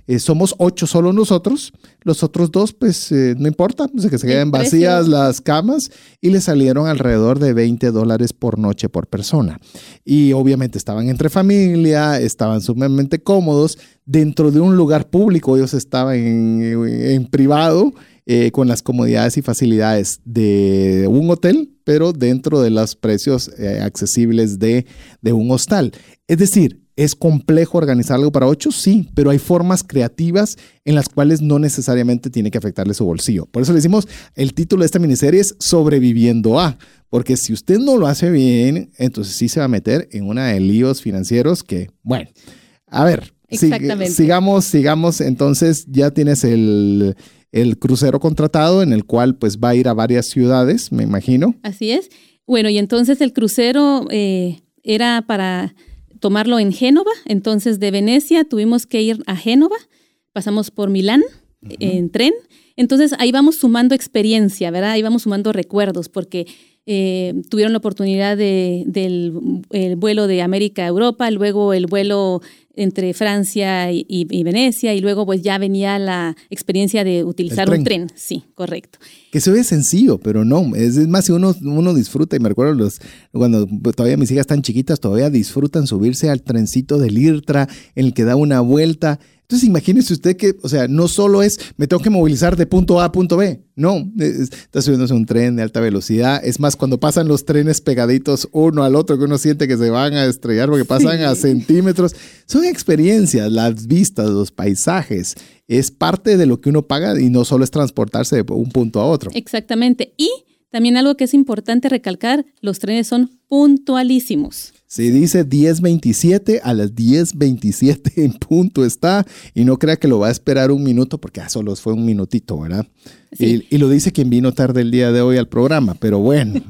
Eh, somos ocho solo nosotros, los otros dos pues eh, no importa, o sea, que se queden vacías las camas, y le salieron alrededor de veinte dólares por noche por persona. Y obviamente estaban entre familia, estaban sumamente cómodos, dentro de un lugar público, ellos estaban en, en privado, eh, con las comodidades y facilidades de un hotel, pero dentro de los precios eh, accesibles de, de un hostal. Es decir, ¿es complejo organizar algo para ocho? Sí, pero hay formas creativas en las cuales no necesariamente tiene que afectarle su bolsillo. Por eso le decimos, el título de esta miniserie es Sobreviviendo a, porque si usted no lo hace bien, entonces sí se va a meter en una de líos financieros que, bueno, a ver, Exactamente. Sig- sigamos, sigamos, entonces ya tienes el... el crucero contratado en el cual pues va a ir a varias ciudades, me imagino. Así es. Bueno, y entonces el crucero eh, era para tomarlo en Génova. Entonces de Venecia tuvimos que ir a Génova. Pasamos por Milán uh-huh. en tren. Entonces ahí vamos sumando experiencia, ¿verdad? Ahí vamos sumando recuerdos porque eh, tuvieron la oportunidad de, del el vuelo de América a Europa, luego el vuelo entre Francia y, y, y Venecia, y luego pues ya venía la experiencia de utilizar tren. un tren. Sí, correcto. Que se ve sencillo, pero no. Es, es más, si uno, uno disfruta, y me recuerdo los, cuando todavía mis hijas están chiquitas, todavía disfrutan subirse al trencito del IRTRA, en el que da una vuelta. Entonces imagínese usted que, o sea, no solo es me tengo que movilizar de punto A a punto B, no, es, está subiéndose un tren de alta velocidad. Es más, cuando pasan los trenes pegaditos uno al otro, que uno siente que se van a estrellar porque pasan sí. a centímetros, son experiencias, las vistas, los paisajes, es parte de lo que uno paga y no solo es transportarse de un punto a otro. Exactamente, y también algo que es importante recalcar, los trenes son puntualísimos. Si dice diez veintisiete, a las diez veintisiete en punto está, y no crea que lo va a esperar un minuto porque ah, solo fue un minutito, ¿verdad? Sí. Y, y lo dice quien vino tarde el día de hoy al programa, pero bueno.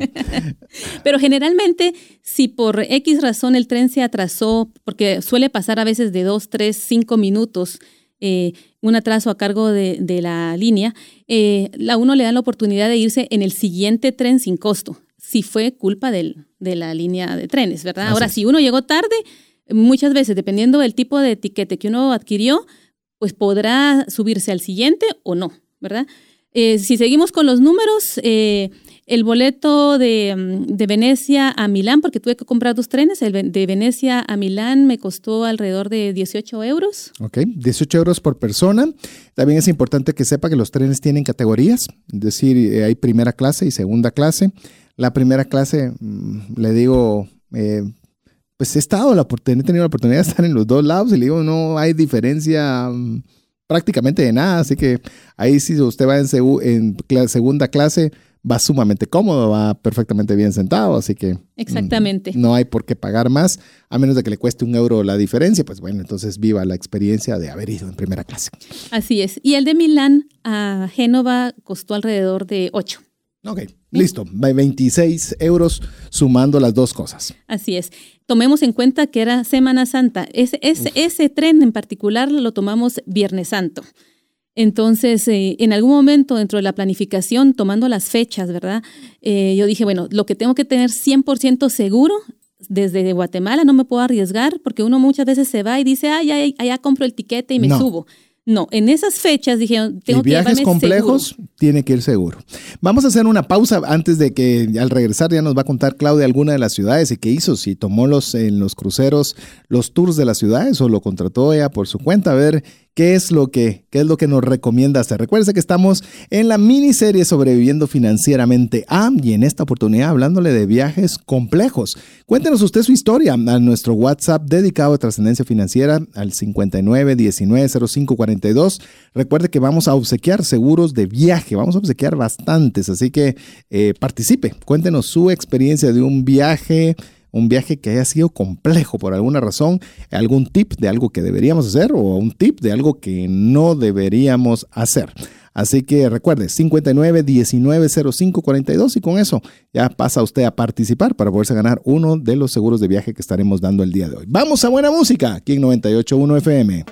Pero generalmente, si por X razón el tren se atrasó, porque suele pasar a veces de dos, tres, cinco minutos, eh, un atraso a cargo de, de la línea, eh, a uno le dan la oportunidad de irse en el siguiente tren sin costo. Si fue culpa del, de la línea de trenes, ¿verdad? Así Ahora, es. Si uno llegó tarde, muchas veces, dependiendo del tipo de etiquete que uno adquirió, pues podrá subirse al siguiente o no, ¿verdad? Eh, si seguimos con los números, eh, el boleto de, de Venecia a Milán, porque tuve que comprar dos trenes, el de Venecia a Milán me costó alrededor de dieciocho euros. Ok, dieciocho euros por persona. También es importante que sepa que los trenes tienen categorías, es decir, hay primera clase y segunda clase. La primera clase, le digo, eh, pues he estado la, he tenido la oportunidad de estar en los dos lados y le digo, no hay diferencia um, prácticamente de nada, así que ahí si usted va en, segu, en cl- segunda clase va sumamente cómodo, va perfectamente bien sentado, así que exactamente. Mm, no hay por qué pagar más, a menos de que le cueste un euro la diferencia, pues bueno, entonces viva la experiencia de haber ido en primera clase. Así es, y el de Milán a Génova costó alrededor de ocho. Ok, listo, veintiséis euros sumando las dos cosas. Así es. Tomemos en cuenta que era Semana Santa. Ese, ese, ese tren en particular lo tomamos Viernes Santo. Entonces, eh, en algún momento dentro de la planificación, tomando las fechas, ¿verdad? Eh, yo dije, bueno, lo que tengo que tener cien por ciento seguro desde Guatemala, no me puedo arriesgar porque uno muchas veces se va y dice, ay, ay, allá compro el tiquete y me no. subo. No, en esas fechas dije, tengo y que llevarme viajes complejos, seguro. Tiene que ir seguro. Vamos a hacer una pausa antes de que al regresar ya nos va a contar Claudia alguna de las ciudades y qué hizo, si tomó los en los cruceros los tours de las ciudades o lo contrató ella por su cuenta, a ver qué es lo que, qué es lo que nos recomienda hacer. Recuerde que estamos en la miniserie Sobreviviendo Financieramente A y en esta oportunidad hablándole de viajes complejos. Cuéntenos usted su historia a nuestro WhatsApp dedicado a trascendencia financiera al cincuenta y nueve diecinueve cero cinco cuarenta y dos. Recuerde que vamos a obsequiar seguros de viaje, vamos a obsequiar bastantes, así que eh, participe, cuéntenos su experiencia de un viaje, un viaje que haya sido complejo por alguna razón, algún tip de algo que deberíamos hacer o un tip de algo que no deberíamos hacer. Así que recuerde, cincuenta y nueve diecinueve cero cinco cuarenta y dos y con eso ya pasa usted a participar para poderse ganar uno de los seguros de viaje que estaremos dando el día de hoy. Vamos a buena música aquí en noventa y ocho punto uno F M.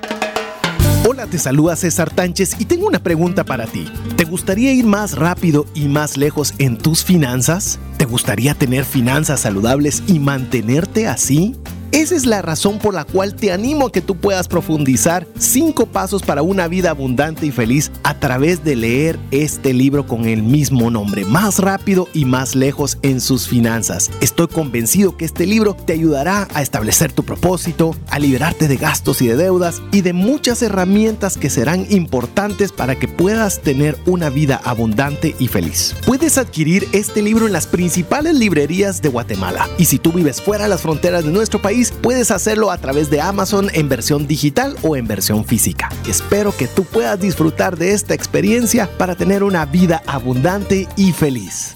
Hola, te saluda César Tánchez y tengo una pregunta para ti. ¿Te gustaría ir más rápido y más lejos en tus finanzas? ¿Te gustaría tener finanzas saludables y mantenerte así? Esa es la razón por la cual te animo a que tú puedas profundizar cinco pasos para una vida abundante y feliz a través de leer este libro con el mismo nombre, Más rápido y más lejos en sus finanzas. Estoy convencido que este libro te ayudará a establecer tu propósito, a liberarte de gastos y de deudas y de muchas herramientas que serán importantes para que puedas tener una vida abundante y feliz. Puedes adquirir este libro en las principales librerías de Guatemala y si tú vives fuera de las fronteras de nuestro país, puedes hacerlo a través de Amazon en versión digital o en versión física. Espero que tú puedas disfrutar de esta experiencia para tener una vida abundante y feliz.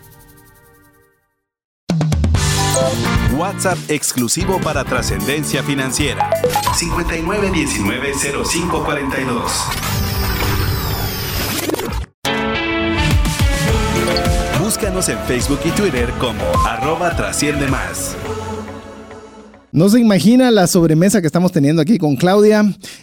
WhatsApp exclusivo para Trascendencia Financiera. cincuenta y nueve diecinueve cero cinco cuarenta y dos. Búscanos en Facebook y Twitter como arroba Trasciende Más. No se imagina la sobremesa que estamos teniendo aquí con Claudia.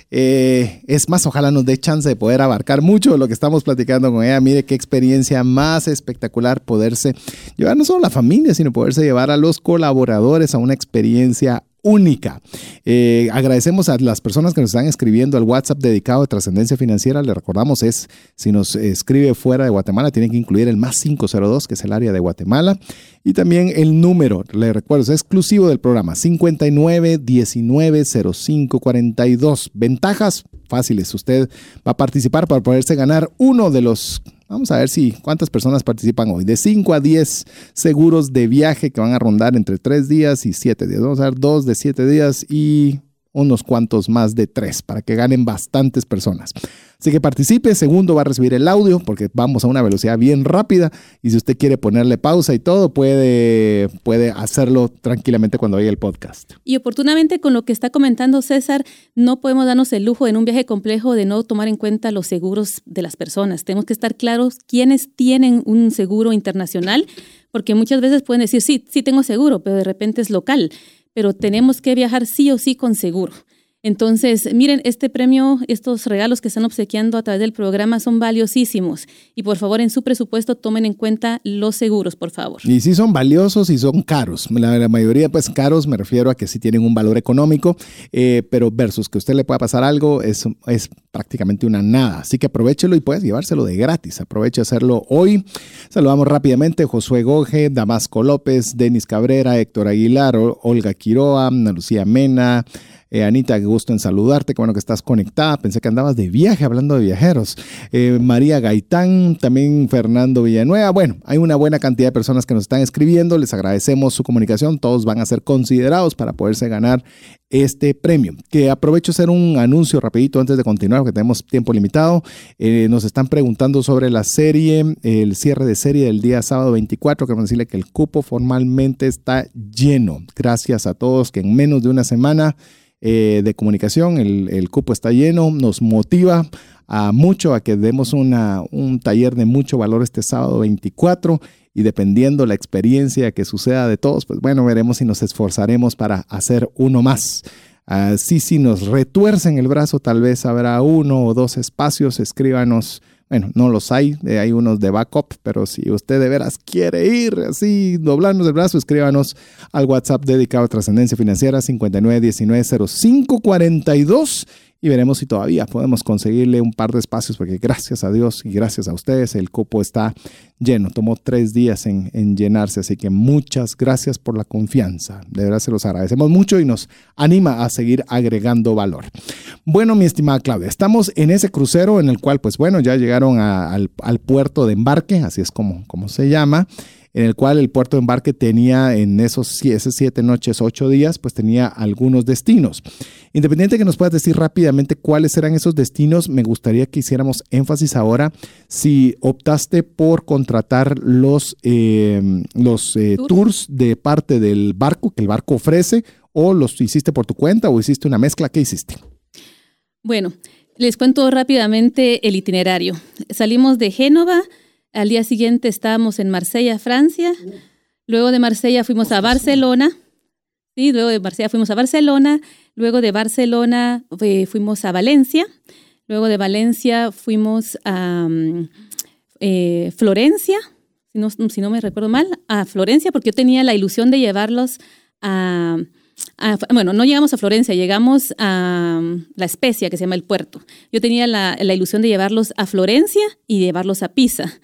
Eh, es más, ojalá nos dé chance de poder abarcar mucho de lo que estamos platicando con ella. Mire qué experiencia más espectacular poderse llevar no solo a la familia, sino poderse llevar a los colaboradores a una experiencia única. Eh, agradecemos a las personas que nos están escribiendo al WhatsApp dedicado a Trascendencia Financiera. Le recordamos, es si nos escribe fuera de Guatemala, tiene que incluir el más cinco cero dos, que es el área de Guatemala. Y también el número, le recuerdo, es exclusivo del programa, cincuenta y nueve diecinueve cero cinco cuarenta y dos. Ventajas fáciles. Usted va a participar para poderse ganar uno de los... Vamos a ver si cuántas personas participan hoy. De cinco a diez seguros de viaje que van a rondar entre tres días y siete días. Vamos a ver dos de siete días y unos cuantos más de tres para que ganen bastantes personas. Así que participe. Segundo, va a recibir el audio porque vamos a una velocidad bien rápida y si usted quiere ponerle pausa y todo, puede, puede hacerlo tranquilamente cuando oiga el podcast. Y oportunamente con lo que está comentando César, no podemos darnos el lujo en un viaje complejo de no tomar en cuenta los seguros de las personas. Tenemos que estar claros quiénes tienen un seguro internacional, porque muchas veces pueden decir, sí, sí tengo seguro, pero de repente es local. Pero tenemos que viajar sí o sí con seguro. Entonces, miren, este premio, estos regalos que están obsequiando a través del programa son valiosísimos. Y por favor, en su presupuesto tomen en cuenta los seguros, por favor. Y sí son valiosos y son caros. La, la mayoría, pues caros, me refiero a que sí tienen un valor económico, eh, pero versus que a usted le pueda pasar algo, es, es prácticamente una nada. Así que aprovéchelo y puedes llevárselo de gratis. Aproveche a hacerlo hoy. Saludamos rápidamente a Josué Goje, Damasco López, Denis Cabrera, Héctor Aguilar, Olga Quiroa, Ana Lucía Mena, Eh, Anita, qué gusto en saludarte, qué bueno que estás conectada, pensé que andabas de viaje hablando de viajeros. Eh, María Gaitán, también Fernando Villanueva. Bueno, hay una buena cantidad de personas que nos están escribiendo, les agradecemos su comunicación, todos van a ser considerados para poderse ganar este premio. Que aprovecho hacer un anuncio rapidito antes de continuar, porque tenemos tiempo limitado. Eh, nos están preguntando sobre la serie, el cierre de serie del día sábado veinticuatro, queremos decirle que el cupo formalmente está lleno. Gracias a todos que en menos de una semana Eh, de comunicación, el, el cupo está lleno, nos motiva a mucho a que demos una, un taller de mucho valor este sábado veinticuatro y dependiendo la experiencia que suceda de todos, pues bueno, veremos si nos esforzaremos para hacer uno más. Así uh, si nos retuercen el brazo, tal vez habrá uno o dos espacios, escríbanos. Bueno, no los hay, hay unos de backup, pero si usted de veras quiere ir así, doblarnos el brazo, escríbanos al WhatsApp dedicado a Trascendencia Financiera cincuenta y nueve diecinueve cero cinco cuarenta y dos y veremos si todavía podemos conseguirle un par de espacios porque gracias a Dios y gracias a ustedes el cupo está lleno. Tomó tres días en, en llenarse, así que muchas gracias por la confianza. De verdad se los agradecemos mucho y nos anima a seguir agregando valor. Bueno, mi estimada Claudia, estamos en ese crucero en el cual, pues bueno, ya llegaron a, al, al puerto de embarque, así es como, como se llama, en el cual el puerto de embarque tenía en esos esas siete noches, ocho días, pues tenía algunos destinos. Independiente que nos puedas decir rápidamente cuáles eran esos destinos, me gustaría que hiciéramos énfasis ahora si optaste por contratar los, eh, los eh, tours. tours de parte del barco, que el barco ofrece, o los hiciste por tu cuenta o hiciste una mezcla. ¿Qué hiciste? Bueno, les cuento rápidamente el itinerario. Salimos de Génova. Al día siguiente estábamos en Marsella, Francia. Luego de Marsella fuimos a Barcelona. Sí, luego de Marsella fuimos a Barcelona. Luego de Barcelona eh, fuimos a Valencia. Luego de Valencia fuimos a eh, Florencia, si no, si no me recuerdo mal, a Florencia, porque yo tenía la ilusión de llevarlos a, a, bueno, no llegamos a Florencia, llegamos a um, La Spezia, que se llama el puerto. Yo tenía la, la ilusión de llevarlos a Florencia y llevarlos a Pisa.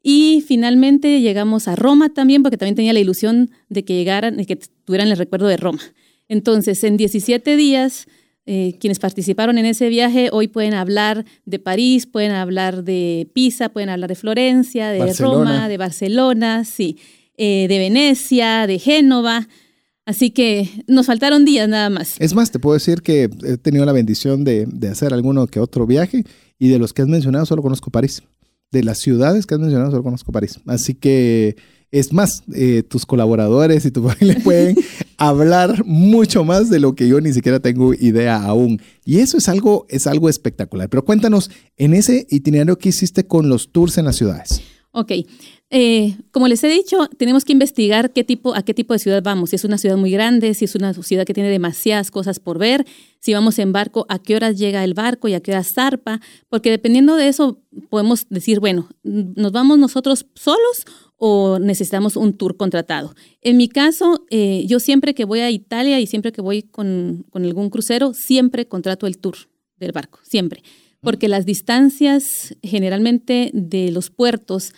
Y finalmente llegamos a Roma también, porque también tenía la ilusión de que llegaran, de que tuvieran el recuerdo de Roma. Entonces, en diecisiete días, eh, quienes participaron en ese viaje hoy pueden hablar de París, pueden hablar de Pisa, pueden hablar de Florencia, de Barcelona. Roma, de Barcelona, sí, eh, de Venecia, de Génova. Así que nos faltaron días nada más. Es más, te puedo decir que he tenido la bendición de, de hacer alguno que otro viaje y de los que has mencionado solo conozco París. De las ciudades que has mencionado solo conozco París. Así que es más, eh, tus colaboradores y tu familia pueden hablar mucho más de lo que yo ni siquiera tengo idea aún. Y eso es algo, es algo espectacular. Pero cuéntanos, en ese itinerario que hiciste con los tours en las ciudades. Ok. Eh, como les he dicho, tenemos que investigar qué tipo, a qué tipo de ciudad vamos. Si es una ciudad muy grande, si es una ciudad que tiene demasiadas cosas por ver, si vamos en barco, a qué horas llega el barco y a qué horas zarpa, porque dependiendo de eso podemos decir, bueno, ¿nos vamos nosotros solos o necesitamos un tour contratado? En mi caso, eh, yo siempre que voy a Italia y siempre que voy con, con algún crucero, siempre contrato el tour del barco, siempre. Porque las distancias generalmente de los puertos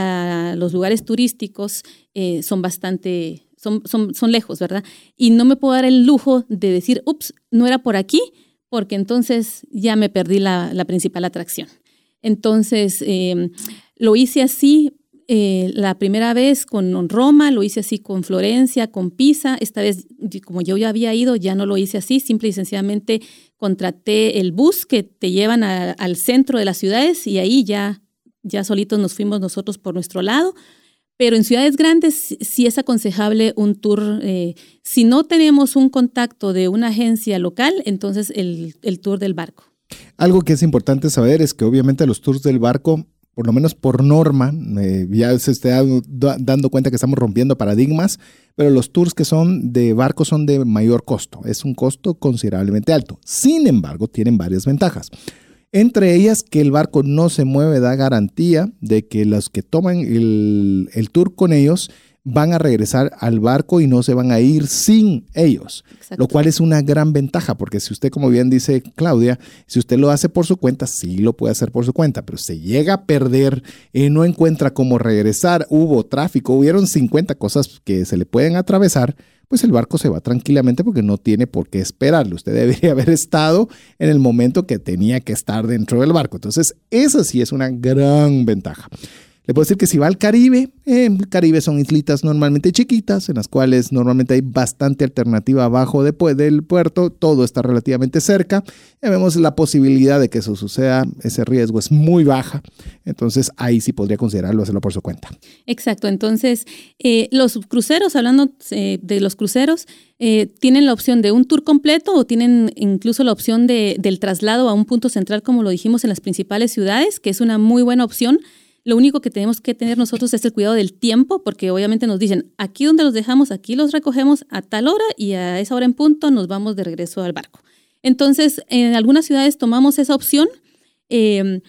a los lugares turísticos eh, son bastante, son, son, son lejos, ¿verdad? Y no me puedo dar el lujo de decir, ups, no era por aquí, porque entonces ya me perdí la, la principal atracción. Entonces, eh, lo hice así eh, la primera vez con Roma, lo hice así con Florencia, con Pisa. Esta vez, como yo ya había ido, ya no lo hice así, simple y sencillamente contraté el bus que te llevan a, al centro de las ciudades y ahí ya Ya solitos nos fuimos nosotros por nuestro lado, pero en ciudades grandes sí es aconsejable un tour. Eh, si no tenemos un contacto de una agencia local, entonces el, el tour del barco. Algo que es importante saber es que obviamente los tours del barco, por lo menos por norma, eh, ya se está dando cuenta que estamos rompiendo paradigmas, pero los tours que son de barco son de mayor costo. Es un costo considerablemente alto. Sin embargo, tienen varias ventajas. Entre ellas, que el barco no se mueve, da garantía de que los que toman el, el tour con ellos van a regresar al barco y no se van a ir sin ellos. Exacto. Lo cual es una gran ventaja, porque si usted, como bien dice Claudia, si usted lo hace por su cuenta, sí lo puede hacer por su cuenta, pero se llega a perder y no encuentra cómo regresar, hubo tráfico, hubieron cincuenta cosas que se le pueden atravesar, pues el barco se va tranquilamente porque no tiene por qué esperarlo. Usted debería haber estado en el momento que tenía que estar dentro del barco. Entonces, esa sí es una gran ventaja. Le puedo decir que si va al Caribe, eh, el Caribe son islitas normalmente chiquitas, en las cuales normalmente hay bastante alternativa abajo de, del puerto, todo está relativamente cerca. Ya vemos la posibilidad de que eso suceda, ese riesgo es muy baja, entonces ahí sí podría considerarlo hacerlo por su cuenta. Exacto, entonces eh, los cruceros, hablando eh, de los cruceros, eh, tienen la opción de un tour completo o tienen incluso la opción de, del traslado a un punto central, como lo dijimos en las principales ciudades, que es una muy buena opción. Lo único que tenemos que tener nosotros es el cuidado del tiempo, porque obviamente nos dicen, aquí donde los dejamos, aquí los recogemos a tal hora y a esa hora en punto nos vamos de regreso al barco. Entonces, en algunas ciudades tomamos esa opción eh,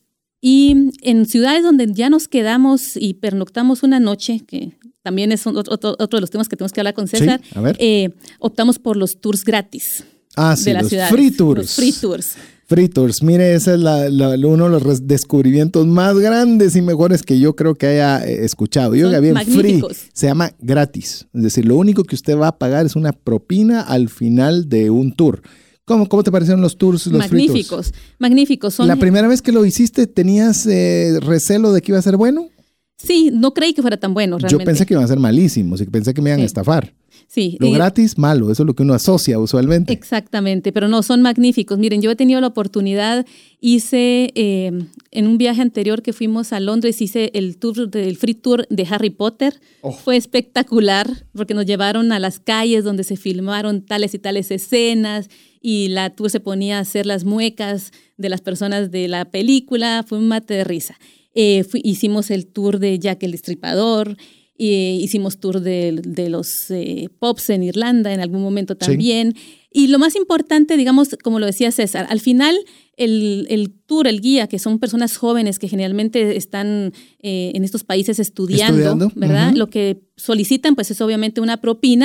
y en ciudades donde ya nos quedamos y pernoctamos una noche, que también es otro, otro de los temas que tenemos que hablar con César, sí, a ver. Eh, optamos por los tours gratis. Ah, sí, de las los ciudades, free tours. Los free tours. Free Tours, mire, ese es la, la, uno de los descubrimientos más grandes y mejores que yo creo que haya escuchado. Yo que había free, se llama gratis. Es decir, lo único que usted va a pagar es una propina al final de un tour. ¿Cómo, cómo te parecieron los tours, los magníficos, free tours? Magníficos. Son... ¿La primera vez que lo hiciste tenías eh, recelo de que iba a ser bueno? Sí, no creí que fuera tan bueno realmente. Yo pensé que iban a ser malísimos y pensé que me iban sí. a estafar. Sí, lo eh, gratis, malo, eso es lo que uno asocia usualmente. Exactamente, pero no, son magníficos. Miren, yo he tenido la oportunidad, hice eh, en un viaje anterior que fuimos a Londres, hice el tour del free tour de Harry Potter. Oh. Fue espectacular porque nos llevaron a las calles donde se filmaron tales y tales escenas y la tour se ponía a hacer las muecas de las personas de la película. Fue un mate de risa. Eh, fui, hicimos el tour de Jack el Destripador. Y hicimos tour de, de los eh, pubs en Irlanda en algún momento también. Sí. Y lo más importante, digamos, como lo decía César, al final el, el tour, el guía, que son personas jóvenes que generalmente están eh, en estos países estudiando, estudiando. ¿verdad? Uh-huh. Lo que solicitan pues es obviamente una propina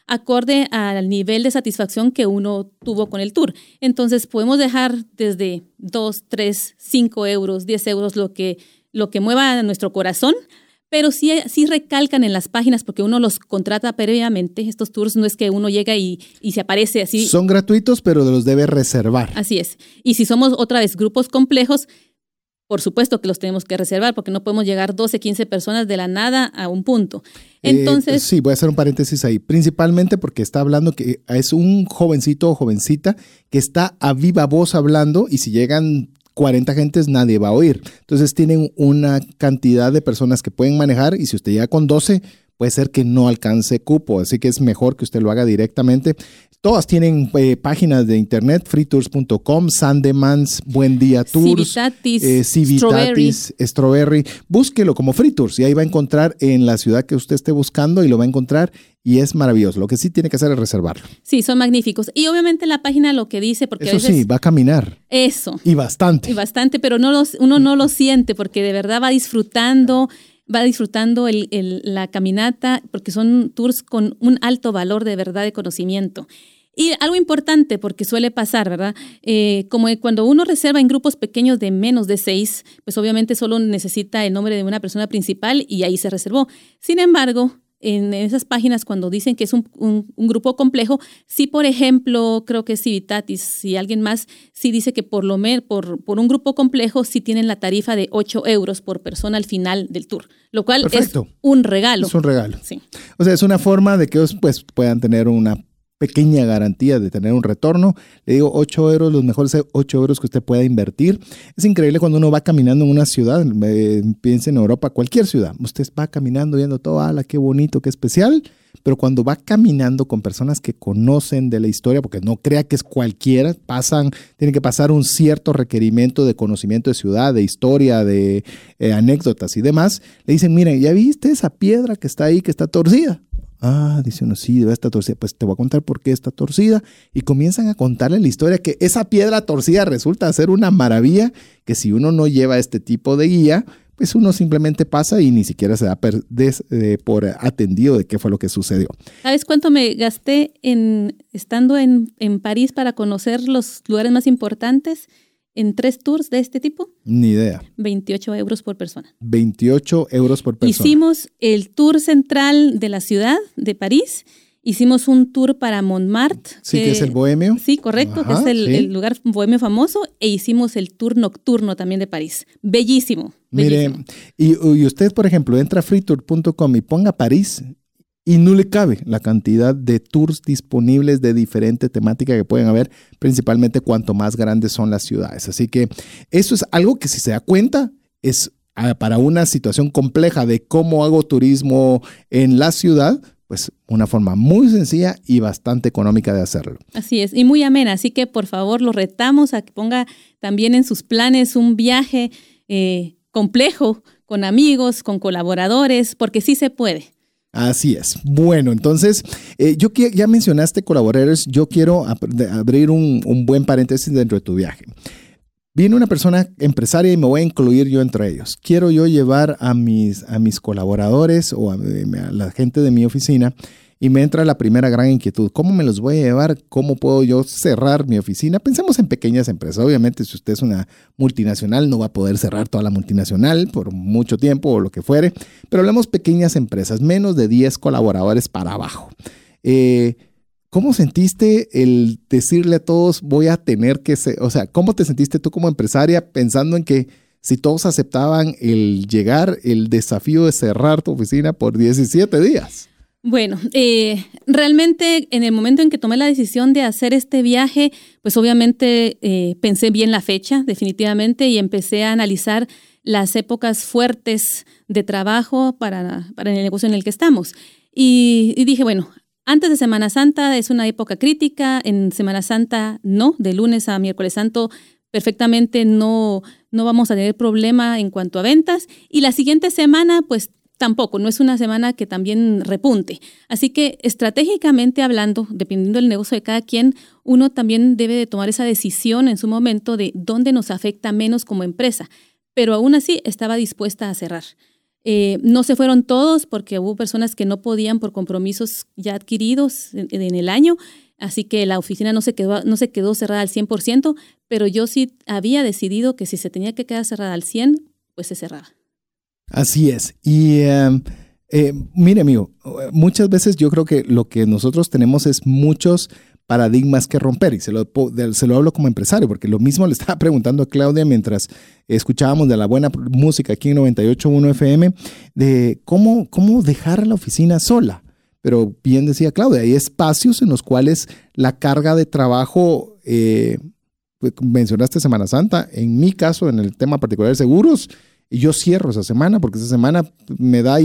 acorde al nivel de satisfacción que uno tuvo con el tour. Entonces podemos dejar desde dos, tres, cinco euros, diez euros, lo que, lo que mueva nuestro corazón, pero sí, sí recalcan en las páginas porque uno los contrata previamente. Estos tours no es que uno llega y, y se aparece así. Son gratuitos, pero los debe reservar. Así es. Y si somos otra vez grupos complejos, por supuesto que los tenemos que reservar porque no podemos llegar doce, quince personas de la nada a un punto. Entonces, eh, sí, voy a hacer un paréntesis ahí. Principalmente porque está hablando que es un jovencito o jovencita que está a viva voz hablando y si llegan cuarenta gentes nadie va a oír. Entonces tienen una cantidad de personas que pueden manejar y si usted llega con doce, puede ser que no alcance cupo. Así que es mejor que usted lo haga directamente. Todas tienen eh, páginas de internet, free tours punto com, Sandemans, Buen Día Tours, Civitatis, eh, Civitatis, Strawberry. Strawberry. Búsquelo como Free Tours y ahí va a encontrar en la ciudad que usted esté buscando y lo va a encontrar y es maravilloso. Lo que sí tiene que hacer es reservarlo. Sí, son magníficos. Y obviamente la página lo que dice, porque Eso a veces, sí, va a caminar. Eso. Y bastante. Y bastante, pero no los, uno no lo siente porque de verdad va disfrutando, va disfrutando el, el, la caminata porque son tours con un alto valor de verdad de conocimiento. Y algo importante, porque suele pasar, ¿verdad? Eh, como cuando uno reserva en grupos pequeños de menos de seis, pues obviamente solo necesita el nombre de una persona principal y ahí se reservó. Sin embargo, en esas páginas cuando dicen que es un, un, un grupo complejo, sí, por ejemplo, creo que es Civitatis y alguien más, sí dice que por lo menos por, por un grupo complejo sí tienen la tarifa de ocho euros por persona al final del tour, lo cual Perfecto. Es un regalo. Es un regalo. Sí. O sea, es una forma de que ellos pues, puedan tener una pequeña garantía de tener un retorno. Le digo ocho euros, los mejores ocho euros que usted pueda invertir. Es increíble cuando uno va caminando en una ciudad, eh, piense en Europa, cualquier ciudad, usted va caminando viendo todo, ala, qué bonito, qué especial, pero cuando va caminando con personas que conocen de la historia, porque no crea que es cualquiera, pasan, tienen que pasar un cierto requerimiento de conocimiento de ciudad, de historia, de eh, anécdotas y demás, le dicen, miren, ¿ya viste esa piedra que está ahí, que está torcida? Ah, dice uno, sí, debe estar torcida. Pues te voy a contar por qué está torcida. Y comienzan a contarle la historia que esa piedra torcida resulta ser una maravilla que si uno no lleva este tipo de guía, pues uno simplemente pasa y ni siquiera se da per- des, eh, por atendido de qué fue lo que sucedió. ¿Sabes cuánto me gasté en estando en, en París para conocer los lugares más importantes en tres tours de este tipo? Ni idea. veintiocho euros por persona. veintiocho euros por persona. Hicimos el tour central de la ciudad de París. Hicimos un tour para Montmartre. Sí, que, que es el bohemio. Sí, correcto, Ajá, que es el, sí. el lugar bohemio famoso. E hicimos el tour nocturno también de París. Bellísimo. bellísimo. Mire, y, y usted, por ejemplo, entra a free tour punto com y ponga París y no le cabe la cantidad de tours disponibles de diferente temática que pueden haber, principalmente cuanto más grandes son las ciudades. Así que eso es algo que si se da cuenta es para una situación compleja de cómo hago turismo en la ciudad, pues una forma muy sencilla y bastante económica de hacerlo. Así es, y muy amena. Así que por favor los retamos a que ponga también en sus planes un viaje eh, complejo con amigos, con colaboradores, porque sí se puede. Así es. Bueno, entonces, eh, yo que ya mencionaste colaboradores, yo quiero ab- abrir un, un buen paréntesis dentro de tu viaje. Viene una persona empresaria y me voy a incluir yo entre ellos. Quiero yo llevar a mis, a mis colaboradores o a, a la gente de mi oficina y me entra la primera gran inquietud. ¿Cómo me los voy a llevar? ¿Cómo puedo yo cerrar mi oficina? Pensemos en pequeñas empresas. Obviamente, si usted es una multinacional, no va a poder cerrar toda la multinacional por mucho tiempo o lo que fuere. Pero hablamos pequeñas empresas, menos de diez colaboradores para abajo. Eh, ¿Cómo sentiste el decirle a todos voy a tener que ser? O sea, ¿cómo te sentiste tú como empresaria pensando en que si todos aceptaban el llegar, el desafío de cerrar tu oficina por diecisiete días? Bueno, eh, realmente en el momento en que tomé la decisión de hacer este viaje, pues obviamente eh, pensé bien la fecha, definitivamente, y empecé a analizar las épocas fuertes de trabajo para, para el negocio en el que estamos. Y, y dije, bueno, antes de Semana Santa es una época crítica, en Semana Santa no, de lunes a miércoles santo perfectamente no, no vamos a tener problema en cuanto a ventas, y la siguiente semana pues tampoco, no es una semana que también repunte. Así que estratégicamente hablando, dependiendo del negocio de cada quien, uno también debe de tomar esa decisión en su momento de dónde nos afecta menos como empresa. Pero aún así estaba dispuesta a cerrar. Eh, no se fueron todos porque hubo personas que no podían por compromisos ya adquiridos en, en el año, así que la oficina no se quedó, no se quedó cerrada al cien por ciento, pero yo sí había decidido que si se tenía que quedar cerrada al cien por ciento, pues se cerraba. Así es. Y eh, eh, mire, amigo, muchas veces yo creo que lo que nosotros tenemos es muchos paradigmas que romper, y se lo, se lo hablo como empresario, porque lo mismo le estaba preguntando a Claudia mientras escuchábamos de la buena música aquí en noventa y ocho punto uno F M, de cómo, cómo dejar la oficina sola. Pero bien decía Claudia, hay espacios en los cuales la carga de trabajo, eh, mencionaste Semana Santa, en mi caso, en el tema particular de seguros, y yo cierro esa semana porque esa semana me da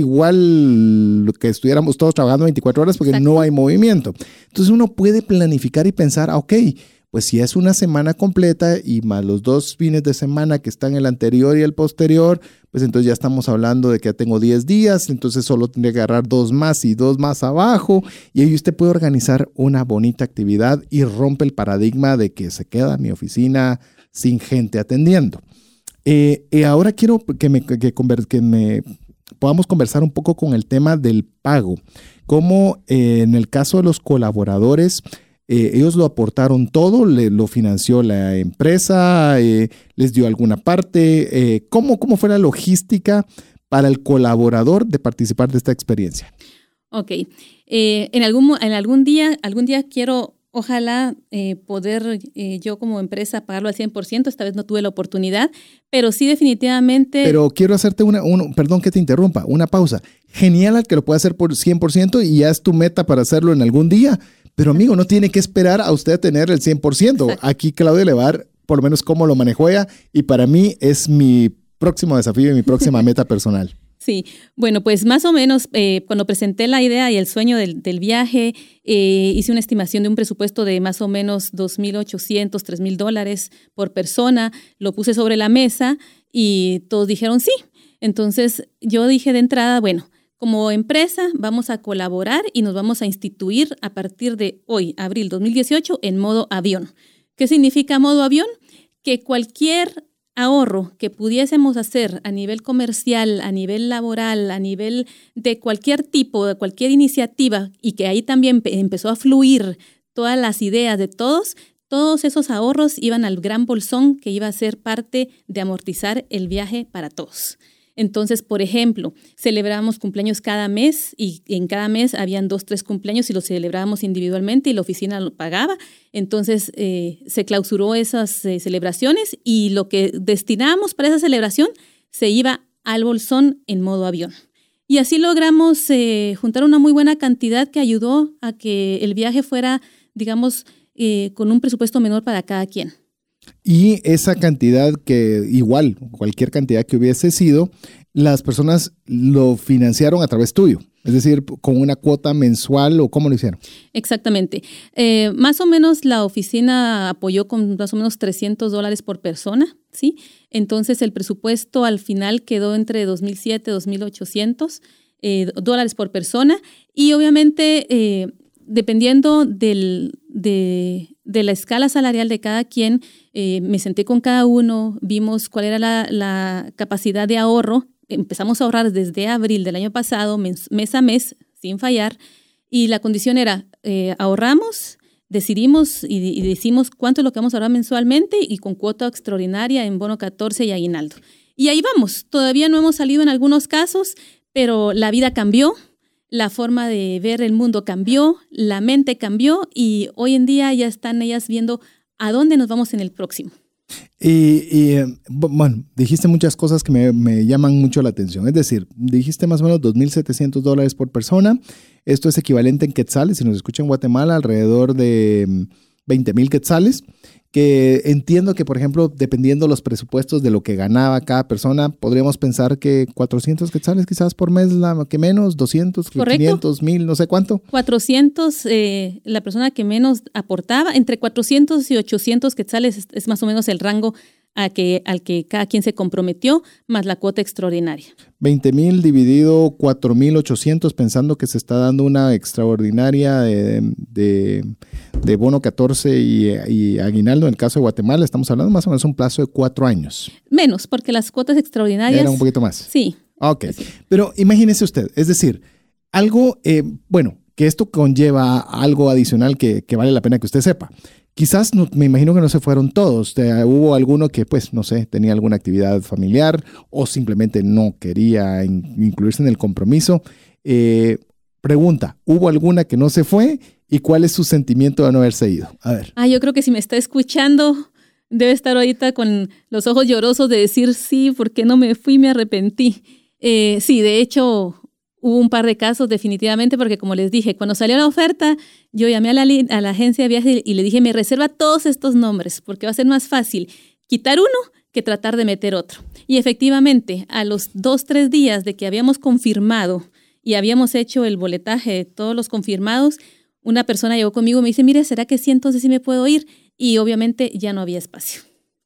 igual que estuviéramos todos trabajando veinticuatro horas porque Exacto. no hay movimiento. Entonces uno puede planificar y pensar, ah, ok, pues si es una semana completa y más los dos fines de semana que están el anterior y el posterior, pues entonces ya estamos hablando de que ya tengo diez días, entonces solo tendría que agarrar dos más y dos más abajo, y ahí usted puede organizar una bonita actividad y rompe el paradigma de que se queda mi oficina sin gente atendiendo. Eh, eh, ahora quiero que me, que, conver, que me podamos conversar un poco con el tema del pago. Cómo eh, en el caso de los colaboradores, eh, ellos lo aportaron todo, le, lo financió la empresa, eh, les dio alguna parte. Eh, ¿cómo, ¿Cómo fue la logística para el colaborador de participar de esta experiencia? Ok. Eh, en, algún, en algún día, algún día quiero... Ojalá eh, poder eh, yo como empresa pagarlo al cien por ciento. Esta vez no tuve la oportunidad, pero sí definitivamente... Pero quiero hacerte una, un, perdón que te interrumpa, una pausa. Genial al que lo pueda hacer por cien por ciento y ya es tu meta para hacerlo en algún día. Pero amigo, no tiene que esperar a usted a tener el cien por ciento. Exacto. Aquí Claudia le va a dar por lo menos cómo lo manejó ella y para mí es mi próximo desafío y mi próxima meta personal. Sí, bueno, pues más o menos eh, cuando presenté la idea y el sueño del, del viaje, eh, hice una estimación de un presupuesto de más o menos dos mil ochocientos, tres mil dólares por persona, lo puse sobre la mesa y todos dijeron sí. Entonces yo dije de entrada, bueno, como empresa vamos a colaborar y nos vamos a instituir a partir de hoy, abril dos mil dieciocho, en modo avión. ¿Qué significa modo avión? Que cualquier ahorro que pudiésemos hacer a nivel comercial, a nivel laboral, a nivel de cualquier tipo, de cualquier iniciativa, y que ahí también empezó a fluir todas las ideas de todos, todos esos ahorros iban al gran bolsón que iba a ser parte de amortizar el viaje para todos. Entonces, por ejemplo, celebrábamos cumpleaños cada mes y en cada mes habían dos, tres cumpleaños y los celebrábamos individualmente y la oficina lo pagaba. Entonces, eh, se clausuró esas eh, celebraciones y lo que destinábamos para esa celebración se iba al bolsón en modo avión. Y así logramos eh, juntar una muy buena cantidad que ayudó a que el viaje fuera, digamos, eh, con un presupuesto menor para cada quien. Y esa cantidad que igual, cualquier cantidad que hubiese sido, las personas lo financiaron a través tuyo. Es decir, con una cuota mensual o ¿cómo lo hicieron? Exactamente. Eh, más o menos la oficina apoyó con más o menos trescientos dólares por persona, ¿sí? Entonces el presupuesto al final quedó entre dos mil siete y dos mil ochocientos eh, dólares por persona y obviamente eh, dependiendo del, de, de la escala salarial de cada quien, eh, me senté con cada uno, vimos cuál era la, la capacidad de ahorro. Empezamos a ahorrar desde abril del año pasado, mes, mes a mes, sin fallar, y la condición era, eh, ahorramos, decidimos y, y decimos cuánto es lo que vamos a ahorrar mensualmente y con cuota extraordinaria en bono catorce y aguinaldo. Y ahí vamos, todavía no hemos salido en algunos casos, pero la vida cambió, la forma de ver el mundo cambió, la mente cambió y hoy en día ya están ellas viendo a dónde nos vamos en el próximo. Y, y bueno, dijiste muchas cosas que me, me llaman mucho la atención. Es decir, dijiste más o menos dos mil setecientos dólares por persona. Esto es equivalente en quetzales. Si nos escucha en Guatemala, alrededor de veinte mil quetzales. Que entiendo que, por ejemplo, dependiendo los presupuestos de lo que ganaba cada persona, podríamos pensar que cuatrocientos quetzales quizás por mes, la que menos, doscientos, correcto, quinientos, mil, no sé cuánto. cuatrocientos, eh, la persona que menos aportaba, entre cuatrocientos y ochocientos quetzales es, es más o menos el rango a que, al que cada quien se comprometió, más la cuota extraordinaria. veinte mil dividido cuatro mil ochocientos, pensando que se está dando una extraordinaria de, de, de bono catorce y, y aguinaldo. En el caso de Guatemala, estamos hablando más o menos de un plazo de cuatro años. Menos, porque las cuotas extraordinarias... Era un poquito más. Sí. Ok, pero imagínese usted, es decir, algo, eh, bueno, que esto conlleva algo adicional que, que vale la pena que usted sepa. Quizás, no, me imagino que no se fueron todos. Eh, hubo alguno que, pues, no sé, tenía alguna actividad familiar o simplemente no quería in, incluirse en el compromiso. Eh, pregunta, ¿hubo alguna que no se fue? ¿Y cuál es su sentimiento de no haberse ido? A ver. Ah, yo creo que si me está escuchando, debe estar ahorita con los ojos llorosos de decir, sí, ¿por qué no me fui? Me arrepentí. Eh, sí, de hecho, hubo un par de casos definitivamente, porque como les dije, cuando salió la oferta, yo llamé a la, a la agencia de viajes y le dije, me reserva todos estos nombres, porque va a ser más fácil quitar uno que tratar de meter otro. Y efectivamente, a los dos, tres días de que habíamos confirmado y habíamos hecho el boletaje de todos los confirmados, una persona llegó conmigo y me dice, mire, ¿será que sí entonces sí me puedo ir? Y obviamente ya no había espacio.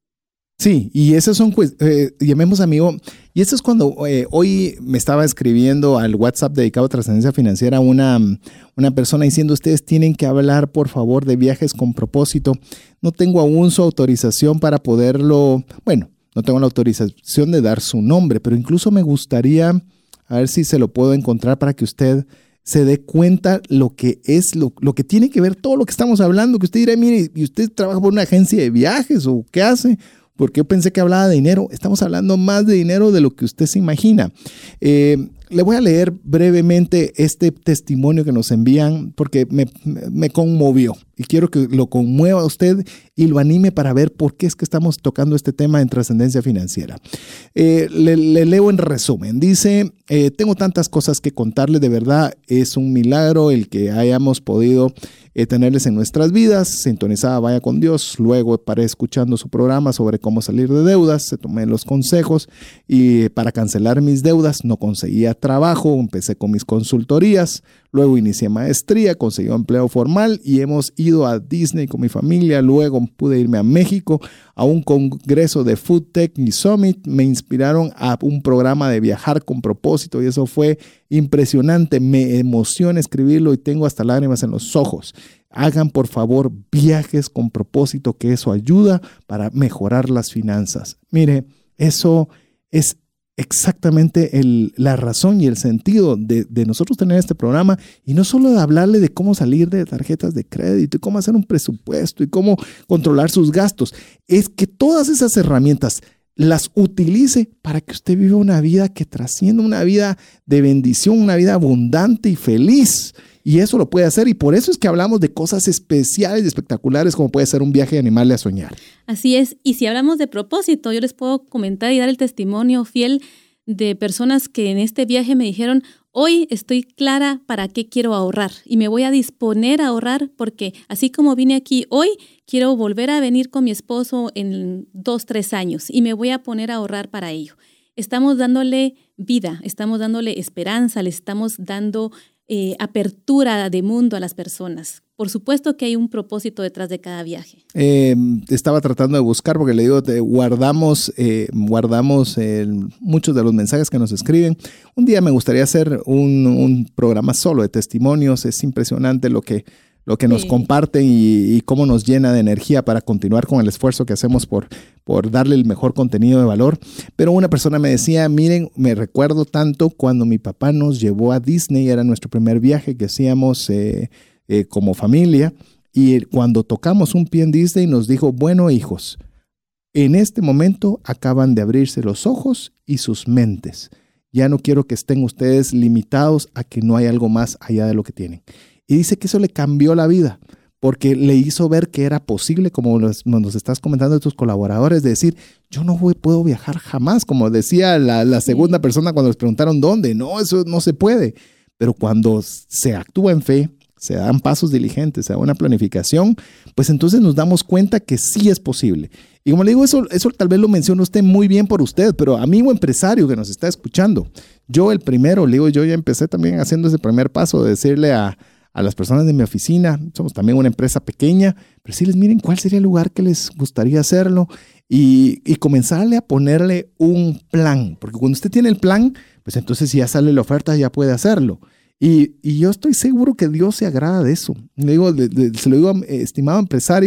Sí, y esos son, pues, eh, llamemos amigo, y esto es cuando eh, hoy me estaba escribiendo al WhatsApp dedicado a trascendencia financiera una, una persona diciendo, ustedes tienen que hablar por favor de viajes con propósito. No tengo aún su autorización para poderlo, bueno, no tengo la autorización de dar su nombre, pero incluso me gustaría, a ver si se lo puedo encontrar para que usted se dé cuenta lo que es, lo, lo que tiene que ver todo lo que estamos hablando, que usted dirá, mire, ¿y usted trabaja por una agencia de viajes o qué hace? Porque yo pensé que hablaba de dinero. Estamos hablando más de dinero de lo que usted se imagina. Eh, le voy a leer brevemente este testimonio que nos envían porque me, me conmovió y quiero que lo conmueva a usted y lo anime para ver por qué es que estamos tocando este tema en trascendencia financiera. Eh, le, le leo en resumen. Dice, eh, tengo tantas cosas que contarle, de verdad es un milagro el que hayamos podido eh, tenerles en nuestras vidas. Sintonizada Vaya con Dios, luego paré escuchando su programa sobre cómo salir de deudas, se tomé los consejos y para cancelar mis deudas no conseguía trabajo, empecé con mis consultorías, luego inicié maestría, conseguí un empleo formal y hemos ido a Disney con mi familia, luego pude irme a México a un congreso de Food Tech y Summit, me inspiraron a un programa de viajar con propósito y eso fue impresionante, me emociona escribirlo y tengo hasta lágrimas en los ojos. Hagan por favor viajes con propósito, que eso ayuda para mejorar las finanzas. Mire, eso es exactamente el, la razón y el sentido de, de nosotros tener este programa y no solo de hablarle de cómo salir de tarjetas de crédito y cómo hacer un presupuesto y cómo controlar sus gastos, es que todas esas herramientas las utilice para que usted viva una vida que trascienda, una vida de bendición, una vida abundante y feliz. Y eso lo puede hacer y por eso es que hablamos de cosas especiales y espectaculares como puede ser un viaje de animarle a soñar. Así es. Y si hablamos de propósito, yo les puedo comentar y dar el testimonio fiel de personas que en este viaje me dijeron, hoy estoy clara para qué quiero ahorrar y me voy a disponer a ahorrar porque así como vine aquí hoy, quiero volver a venir con mi esposo en dos, tres años y me voy a poner a ahorrar para ello. Estamos dándole vida, estamos dándole esperanza, le estamos dando Eh, apertura de mundo a las personas. Por supuesto que hay un propósito detrás de cada viaje. Eh, estaba tratando de buscar porque le digo, te guardamos, eh, guardamos el, muchos de los mensajes que nos escriben. Un día me gustaría hacer un, un programa solo de testimonios. Es impresionante lo que, lo que nos sí. comparten y, y cómo nos llena de energía para continuar con el esfuerzo que hacemos por, por darle el mejor contenido de valor. Pero una persona me decía, miren, me recuerdo tanto cuando mi papá nos llevó a Disney, era nuestro primer viaje que hacíamos eh, eh, como familia, y cuando tocamos un pie en Disney nos dijo, bueno hijos, en este momento acaban de abrirse los ojos y sus mentes. Ya no quiero que estén ustedes limitados a que no hay algo más allá de lo que tienen. Y dice que eso le cambió la vida, porque le hizo ver que era posible, como nos, nos estás comentando de tus colaboradores, de decir, yo no voy, puedo viajar jamás, como decía la, la segunda persona cuando les preguntaron dónde. No, eso no se puede. Pero cuando se actúa en fe, se dan pasos diligentes, se da una planificación, pues entonces nos damos cuenta que sí es posible. Y como le digo, eso, eso tal vez lo menciona usted muy bien por usted, pero amigo empresario que nos está escuchando, yo el primero, le digo, yo ya empecé también haciendo ese primer paso de decirle a a las personas de mi oficina, somos también una empresa pequeña, pero decirles, miren, ¿cuál sería el lugar que les gustaría hacerlo? Y, y comenzarle a ponerle un plan, porque cuando usted tiene el plan, pues entonces si ya sale la oferta, ya puede hacerlo. Y, y yo estoy seguro que Dios se agrada de eso. Le digo, de, de, se lo digo, estimado empresario,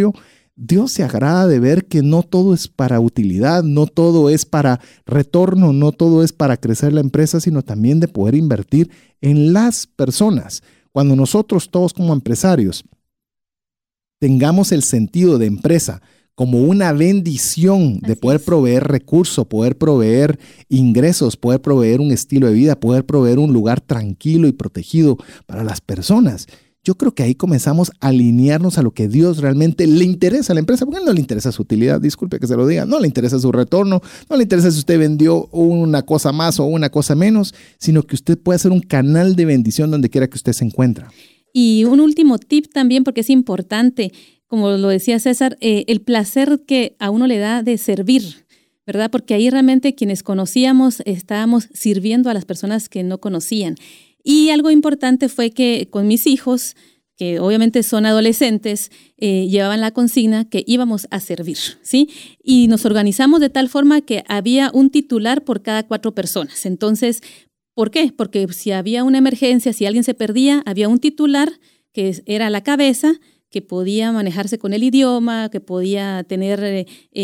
Dios se agrada de ver que no todo es para utilidad, no todo es para retorno, no todo es para crecer la empresa, sino también de poder invertir en las personas. Cuando nosotros todos como empresarios tengamos el sentido de empresa como una bendición de poder proveer recursos, poder proveer ingresos, poder proveer un estilo de vida, poder proveer un lugar tranquilo y protegido para las personas. Yo creo que ahí comenzamos a alinearnos a lo que Dios realmente le interesa a la empresa, porque no le interesa su utilidad, disculpe que se lo diga, no le interesa su retorno, no le interesa si usted vendió una cosa más o una cosa menos, sino que usted puede ser un canal de bendición donde quiera que usted se encuentre. Y un último tip también, porque es importante, como lo decía César, eh, el placer que a uno le da de servir, ¿verdad? Porque ahí realmente quienes conocíamos estábamos sirviendo a las personas que no conocían. Y algo importante fue que con mis hijos, que obviamente son adolescentes, eh, llevaban la consigna que íbamos a servir, ¿sí? Y nos organizamos de tal forma que había un titular por cada cuatro personas. Entonces, ¿por qué? Porque si había una emergencia, si alguien se perdía, había un titular que era la cabeza, que podía manejarse con el idioma, que podía tener, eh,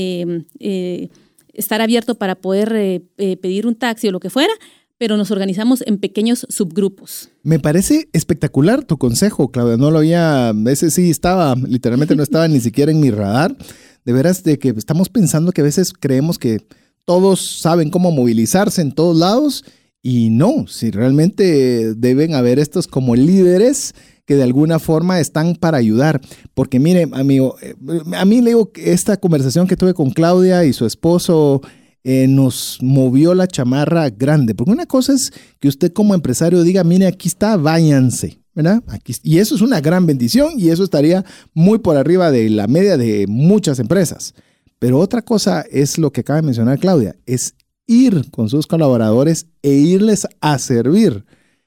eh, estar abierto para poder eh, eh, pedir un taxi o lo que fuera, pero nos organizamos en pequeños subgrupos. Me parece espectacular tu consejo, Claudia. No lo había, ese sí estaba, literalmente no estaba ni siquiera en mi radar. De veras, de que estamos pensando que a veces creemos que todos saben cómo movilizarse en todos lados y no, si realmente deben haber estos como líderes que de alguna forma están para ayudar. Porque mire, amigo, a mí le digo que esta conversación que tuve con Claudia y su esposo Eh, nos movió la chamarra grande, porque una cosa es que usted como empresario diga, mire, aquí está, váyanse, ¿verdad? Aquí, y eso es una gran bendición y eso estaría muy por arriba de la media de muchas empresas. Pero otra cosa es lo que acaba de mencionar Claudia, es ir con sus colaboradores e irles a servir.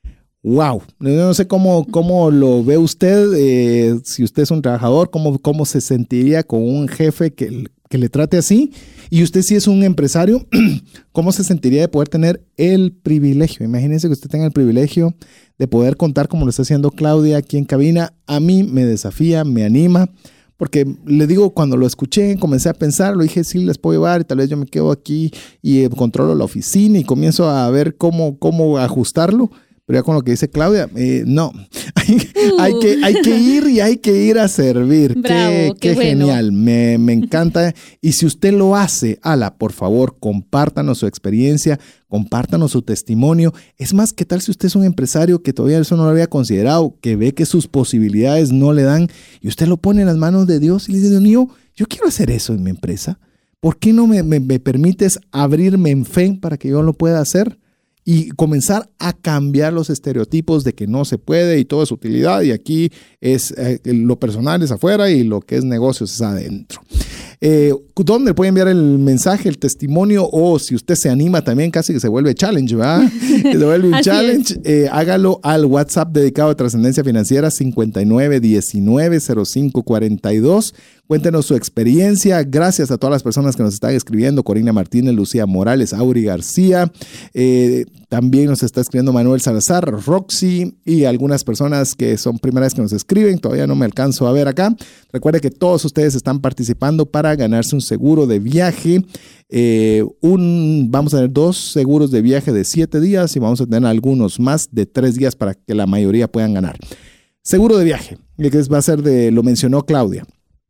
¡Wow! No sé cómo, cómo lo ve usted, eh, si usted es un trabajador, cómo, cómo se sentiría con un jefe que, que le trate así. Y usted si es un empresario, ¿cómo se sentiría de poder tener el privilegio? Imagínense que usted tenga el privilegio de poder contar como lo está haciendo Claudia aquí en cabina. A mí me desafía, me anima, porque le digo, cuando lo escuché, comencé a pensar, lo dije, sí, les puedo llevar y tal vez yo me quedo aquí y eh, controlo la oficina y comienzo a ver cómo, cómo ajustarlo. Pero ya con lo que dice Claudia, eh, no, hay, uh. hay, que, hay que ir y hay que ir a servir. Bravo, qué, qué, qué bueno. Genial, me, me encanta. Y si usted lo hace, ala, por favor, compártanos su experiencia, compártanos su testimonio. Es más, ¿qué tal si usted es un empresario que todavía eso no lo había considerado, que ve que sus posibilidades no le dan y usted lo pone en las manos de Dios y le dice, Dios mío, yo quiero hacer eso en mi empresa. ¿Por qué no me, me, me permites abrirme en fe para que yo lo pueda hacer? Y comenzar a cambiar los estereotipos de que no se puede y todo es utilidad y aquí es eh, lo personal es afuera y lo que es negocios es adentro. Eh, ¿Dónde puede enviar el mensaje, el testimonio? O si usted se anima también, casi que se vuelve challenge, ¿verdad? Se vuelve un challenge. Eh, hágalo al WhatsApp dedicado a Trascendencia Financiera cincuenta y nueve diecinueve cero cinco cuarenta y dos. Cuéntenos su experiencia. Gracias a todas las personas que nos están escribiendo. Corina Martínez, Lucía Morales, Auri García. Eh, también nos está escribiendo Manuel Salazar, Roxy y algunas personas que son primeras que nos escriben. Todavía no me alcanzo a ver acá. Recuerde que todos ustedes están participando para ganarse un seguro de viaje. Eh, un, vamos a tener dos seguros de viaje de siete días y vamos a tener algunos más de tres días para que la mayoría puedan ganar. Seguro de viaje, que va a ser de, lo mencionó Claudia.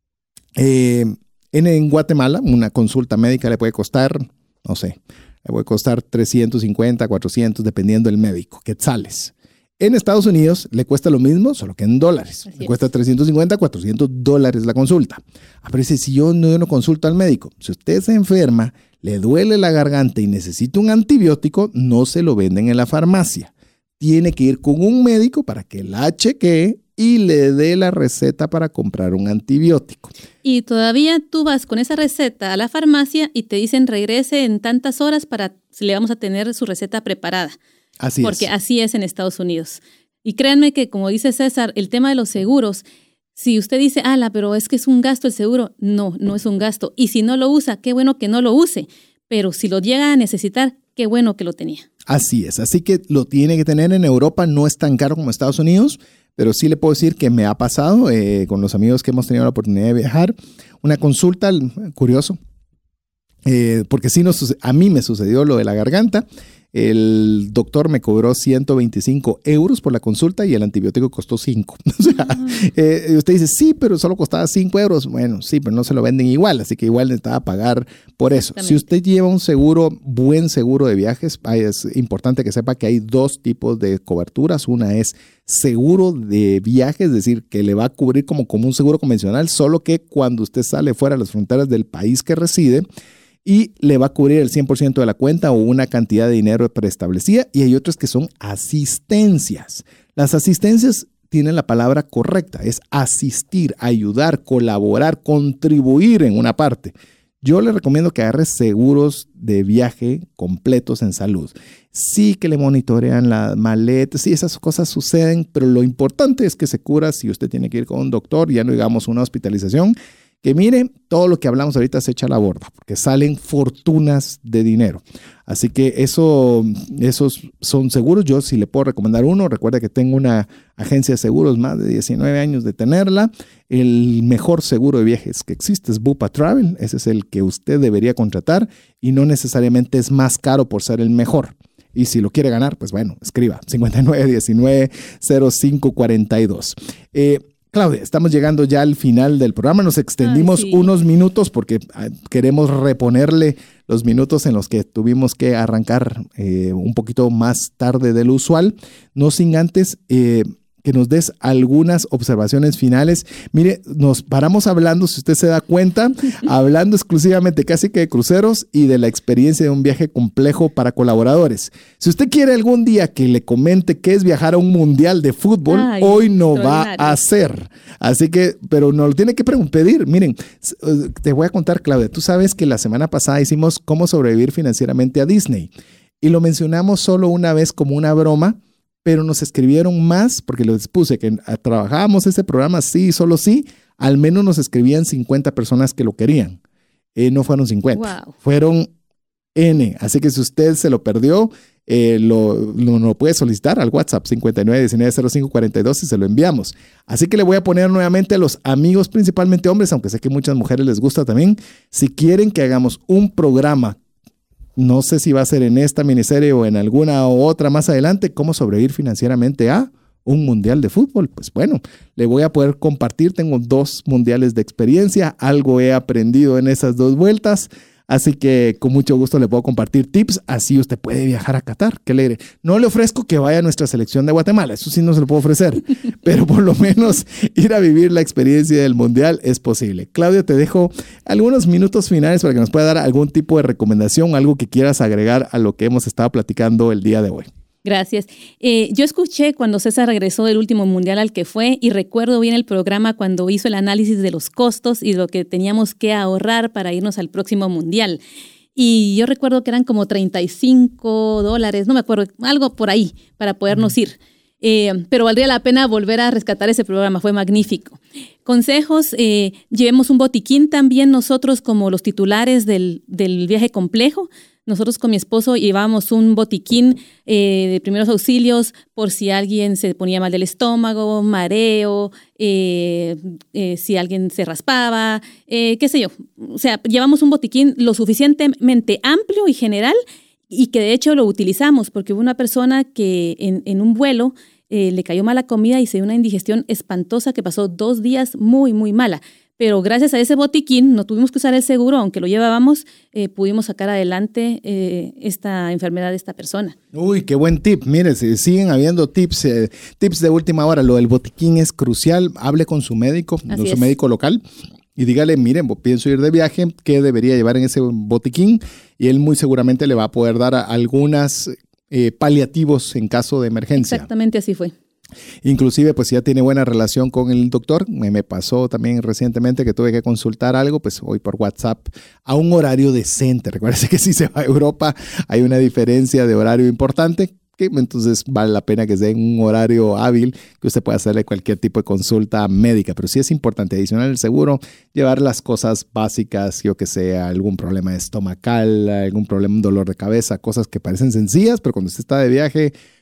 Eh, en, en Guatemala, una consulta médica le puede costar, no sé, le puede costar trescientos cincuenta, cuatrocientos, dependiendo del médico, quetzales. En Estados Unidos le cuesta lo mismo, solo que en dólares. Así le cuesta es. trescientos cincuenta, cuatrocientos dólares la consulta. Ah, pero dice, si yo no, yo no consulto al médico, si usted se enferma, le duele la garganta y necesita un antibiótico, no se lo venden en la farmacia. Tiene que ir con un médico para que la chequee y le dé la receta para comprar un antibiótico. Y todavía tú vas con esa receta a la farmacia y te dicen regrese en tantas horas para le vamos a tener su receta preparada. Así Porque es. así es en Estados Unidos. Y créanme que, como dice César, el tema de los seguros, si usted dice, ala, pero es que es un gasto el seguro, no, no es un gasto. Y si no lo usa, qué bueno que no lo use. Pero si lo llega a necesitar, qué bueno que lo tenía. Así es, así que lo tiene que tener. En Europa, no es tan caro como Estados Unidos, pero sí le puedo decir que me ha pasado eh, con los amigos que hemos tenido la oportunidad de viajar, una consulta, curioso, eh, porque sí nos, a mí me sucedió lo de la garganta. El doctor me cobró ciento veinticinco euros por la consulta y el antibiótico costó cinco. O sea, uh-huh. eh, usted dice, sí, pero solo costaba cinco euros. Bueno, sí, pero no se lo venden igual, así que igual necesitaba pagar por eso. Si usted lleva un seguro, buen seguro de viajes, es importante que sepa que hay dos tipos de coberturas. Una es seguro de viajes, es decir, que le va a cubrir como, como un seguro convencional, solo que cuando usted sale fuera de las fronteras del país que reside, y le va a cubrir el cien por ciento de la cuenta o una cantidad de dinero preestablecida. Y hay otros que son asistencias. Las asistencias tienen la palabra correcta, es asistir, ayudar, colaborar, contribuir en una parte. Yo le recomiendo que agarre seguros de viaje completos en salud. Sí que le monitorean las maletas, sí, esas cosas suceden, pero lo importante es que se cura si usted tiene que ir con un doctor, ya no digamos una hospitalización. Que mire, todo lo que hablamos ahorita se echa a la borda, porque salen fortunas de dinero. Así que eso, esos son seguros. Yo si le puedo recomendar uno, recuerda que tengo una agencia de seguros, más de diecinueve años de tenerla. El mejor seguro de viajes que existe es Bupa Travel. Ese es el que usted debería contratar y no necesariamente es más caro por ser el mejor. Y si lo quiere ganar, pues bueno, escriba cincuenta y nueve diecinueve cero cinco cuarenta y dos. Eh, Claudia, estamos llegando ya al final del programa. Nos extendimos Ay, sí. unos minutos porque queremos reponerle los minutos en los que tuvimos que arrancar eh, un poquito más tarde de lo usual. No sin antes eh, que nos des algunas observaciones finales. Mire, nos paramos hablando, si usted se da cuenta, hablando exclusivamente casi que de cruceros y de la experiencia de un viaje complejo para colaboradores. Si usted quiere algún día que le comente qué es viajar a un mundial de fútbol, Ay, hoy no va a hacer. Así que, pero no lo tiene que pedir. Miren, te voy a contar, Claudia, tú sabes que la semana pasada hicimos cómo sobrevivir financieramente a Disney y lo mencionamos solo una vez como una broma, pero nos escribieron más, porque les puse que trabajábamos ese programa, sí, solo sí, al menos nos escribían cincuenta personas que lo querían. Eh, no fueron cincuenta, wow. Fueron N. Así que si usted se lo perdió, eh, lo, lo, lo puede solicitar al WhatsApp cincuenta y nueve diecinueve cero cinco cuarenta y dos y se lo enviamos. Así que le voy a poner nuevamente a los amigos, principalmente hombres, aunque sé que muchas mujeres les gusta también, si quieren que hagamos un programa, no sé si va a ser en esta miniserie o en alguna u otra más adelante, cómo sobrevivir financieramente a un mundial de fútbol. Pues bueno, le voy a poder compartir. Tengo dos mundiales de experiencia, algo he aprendido en esas dos vueltas. Así que con mucho gusto le puedo compartir tips, así usted puede viajar a Qatar. ¿Qué le No le ofrezco que vaya a nuestra selección de Guatemala, eso sí no se lo puedo ofrecer, pero por lo menos ir a vivir la experiencia del Mundial es posible. Claudia, te dejo algunos minutos finales para que nos pueda dar algún tipo de recomendación, algo que quieras agregar a lo que hemos estado platicando el día de hoy. Gracias. Eh, yo escuché cuando César regresó del último mundial al que fue y recuerdo bien el programa cuando hizo el análisis de los costos y lo que teníamos que ahorrar para irnos al próximo mundial. Y yo recuerdo que eran como treinta y cinco dólares, no me acuerdo, algo por ahí para podernos ir. Eh, pero valdría la pena volver a rescatar ese programa, fue magnífico. Consejos, eh, llevemos un botiquín también nosotros como los titulares del, del viaje complejo. Nosotros con mi esposo llevábamos un botiquín eh, de primeros auxilios por si alguien se ponía mal del estómago, mareo, eh, eh, si alguien se raspaba, eh, qué sé yo. O sea, llevamos un botiquín lo suficientemente amplio y general y que de hecho lo utilizamos porque hubo una persona que en, en un vuelo eh, le cayó mala comida y se dio una indigestión espantosa que pasó dos días muy, muy mala. Pero gracias a ese botiquín, no tuvimos que usar el seguro, aunque lo llevábamos, eh, pudimos sacar adelante eh, esta enfermedad de esta persona. Uy, qué buen tip. Mire, si siguen habiendo tips, eh, tips de última hora. Lo del botiquín es crucial. Hable con su médico, con su médico local, y dígale, miren, pienso ir de viaje, ¿qué debería llevar en ese botiquín? Y él muy seguramente le va a poder dar algunas eh, paliativos en caso de emergencia. Exactamente así fue. Inclusive, pues si ya tiene buena relación con el doctor, me, me pasó también recientemente que tuve que consultar algo, pues hoy por WhatsApp a un horario decente. Recuérdese que si se va a Europa hay una diferencia de horario importante, que entonces vale la pena que sea en un horario hábil, que usted pueda hacerle cualquier tipo de consulta médica. Pero sí es importante, adicional al seguro, llevar las cosas básicas, yo que sé, algún problema estomacal, algún problema, un dolor de cabeza, cosas que parecen sencillas, pero cuando usted está de viaje,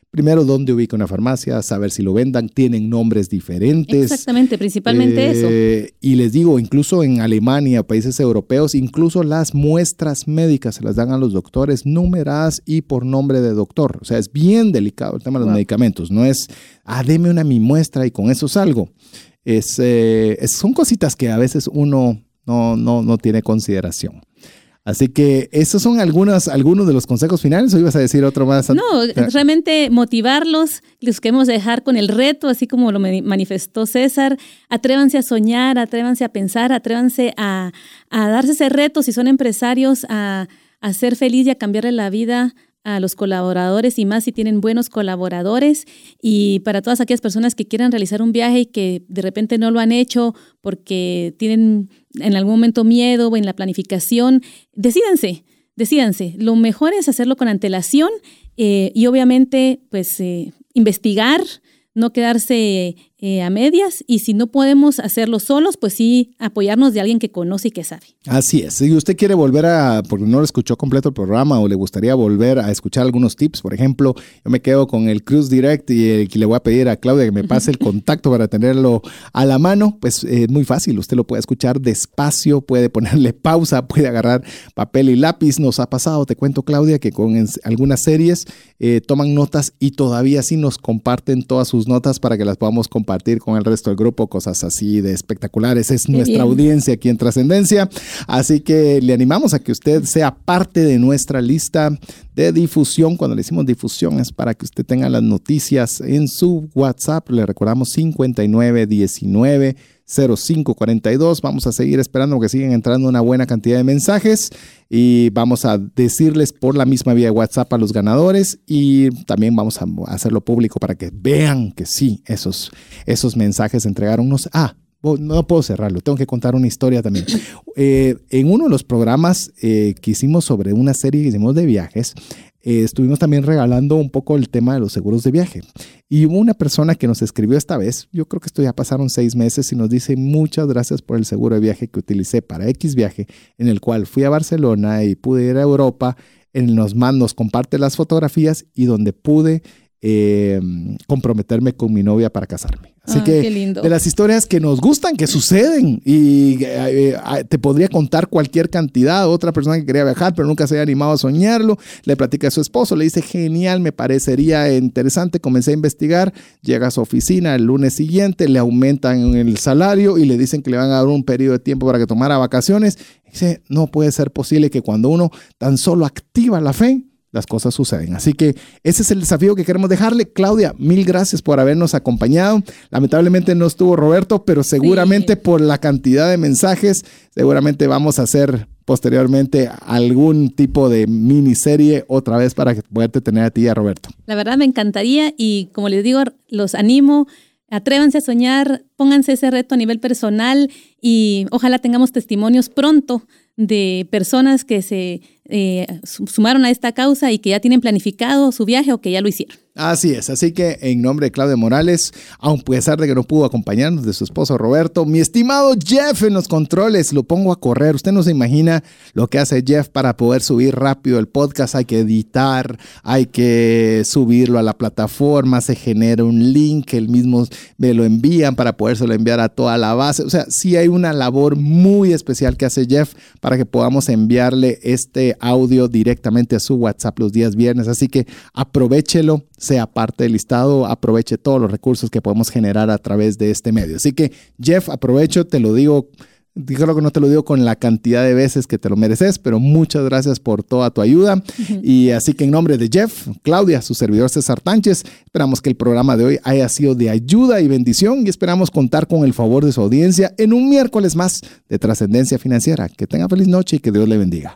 Primero, ¿dónde ubica una farmacia? Saber si lo vendan. Tienen nombres diferentes. Exactamente, principalmente eh, eso. Y les digo, incluso en Alemania, países europeos, incluso las muestras médicas se las dan a los doctores numeradas y por nombre de doctor. O sea, es bien delicado el tema de los wow. medicamentos. No es, ah, deme una mi muestra y con eso salgo. Es, eh, es, son cositas que a veces uno no, no, no tiene consideración. Así que esos son algunos, algunos de los consejos finales, ¿o ibas a decir otro más? No, realmente motivarlos, los queremos dejar con el reto, así como lo manifestó César. Atrévanse a soñar, atrévanse a pensar, atrévanse a, a darse ese reto si son empresarios, a, a ser feliz y a cambiarle la vida a los colaboradores y más si tienen buenos colaboradores. Y para todas aquellas personas que quieran realizar un viaje y que de repente no lo han hecho porque tienen en algún momento miedo en la planificación, decídanse, decídanse. Lo mejor es hacerlo con antelación eh, y obviamente pues eh, investigar, no quedarse eh, a medias, y si no podemos hacerlo solos, pues sí apoyarnos de alguien que conoce y que sabe. Así es. Si usted quiere volver a, porque no lo escuchó completo el programa o le gustaría volver a escuchar algunos tips, por ejemplo, yo me quedo con el Cruise Direct y eh, le voy a pedir a Claudia que me pase el contacto para tenerlo a la mano, pues es eh, muy fácil. Usted lo puede escuchar despacio, puede ponerle pausa, puede agarrar papel y lápiz. Nos ha pasado, te cuento, Claudia, que con en, algunas series eh, toman notas y todavía sí nos comparten todas sus notas para que las podamos compartir con el resto del grupo, cosas así de espectaculares. Es Qué nuestra bien. Audiencia aquí en Trascendencia, así que le animamos a que usted sea parte de nuestra lista de difusión. Cuando le decimos difusión es para que usted tenga las noticias en su WhatsApp. Le recordamos cincuenta y nueve diecinueve cero cinco cuarenta y dos. Vamos a seguir esperando que sigan entrando una buena cantidad de mensajes y vamos a decirles por la misma vía de WhatsApp a los ganadores, y también vamos a hacerlo público para que vean que sí, esos, esos mensajes entregaron unos... Ah, no puedo cerrarlo, tengo que contar una historia también. Eh, en uno de los programas eh, que hicimos sobre una serie que hicimos de viajes, eh, estuvimos también regalando un poco el tema de los seguros de viaje. Y hubo una persona que nos escribió esta vez, yo creo que esto ya pasaron seis meses, y nos dice: muchas gracias por el seguro de viaje que utilicé para X viaje, en el cual fui a Barcelona y pude ir a Europa, en los nos comparte las fotografías y donde pude Eh, comprometerme con mi novia para casarme. Así ah, que qué lindo. De las historias que nos gustan, que suceden, y eh, eh, te podría contar cualquier cantidad. Otra persona que quería viajar pero nunca se había animado a soñarlo, le platica a su esposo, le dice: genial, me parecería interesante. Comencé a investigar, llega a su oficina el lunes siguiente, le aumentan el salario y le dicen que le van a dar un periodo de tiempo para que tomara vacaciones. Dice: no puede ser posible que cuando uno tan solo activa la fe, las cosas suceden. Así que ese es el desafío que queremos dejarle. Claudia, mil gracias por habernos acompañado. Lamentablemente no estuvo Roberto, pero seguramente sí, por la cantidad de mensajes, seguramente vamos a hacer posteriormente algún tipo de miniserie otra vez para poderte tener a ti y a Roberto. La verdad me encantaría, y como les digo, los animo. Atrévanse a soñar, pónganse ese reto a nivel personal y ojalá tengamos testimonios pronto de personas que se eh, sumaron a esta causa y que ya tienen planificado su viaje o que ya lo hicieron. Así es, así que en nombre de Claudia Morales, a pesar de que no pudo acompañarnos, de su esposo Roberto, mi estimado Jeff en los controles, lo pongo a correr. Usted no se imagina lo que hace Jeff para poder subir rápido el podcast. Hay que editar, hay que subirlo a la plataforma, se genera un link, el mismo me lo envían para podérselo enviar a toda la base. O sea, sí hay una labor muy especial que hace Jeff para que podamos enviarle este audio directamente a su WhatsApp los días viernes. Así que aprovéchelo, sea parte del listado, aproveche todos los recursos que podemos generar a través de este medio. Así que, Jeff, aprovecho, te lo digo, creo que no te lo digo con la cantidad de veces que te lo mereces, pero muchas gracias por toda tu ayuda. Uh-huh. Y así que en nombre de Jeff, Claudia, su servidor César Tánchez, esperamos que el programa de hoy haya sido de ayuda y bendición, y esperamos contar con el favor de su audiencia en un miércoles más de Trascendencia Financiera. Que tenga feliz noche y que Dios le bendiga.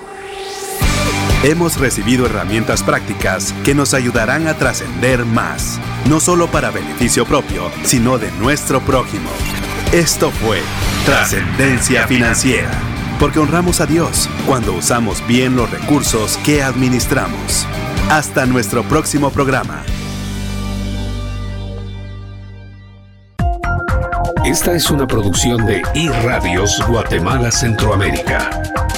Hemos recibido herramientas prácticas que nos ayudarán a trascender más, no solo para beneficio propio, sino de nuestro prójimo. Esto fue Trascendencia Financiera, porque honramos a Dios cuando usamos bien los recursos que administramos. Hasta nuestro próximo programa. Esta es una producción de iRadios Guatemala Centroamérica.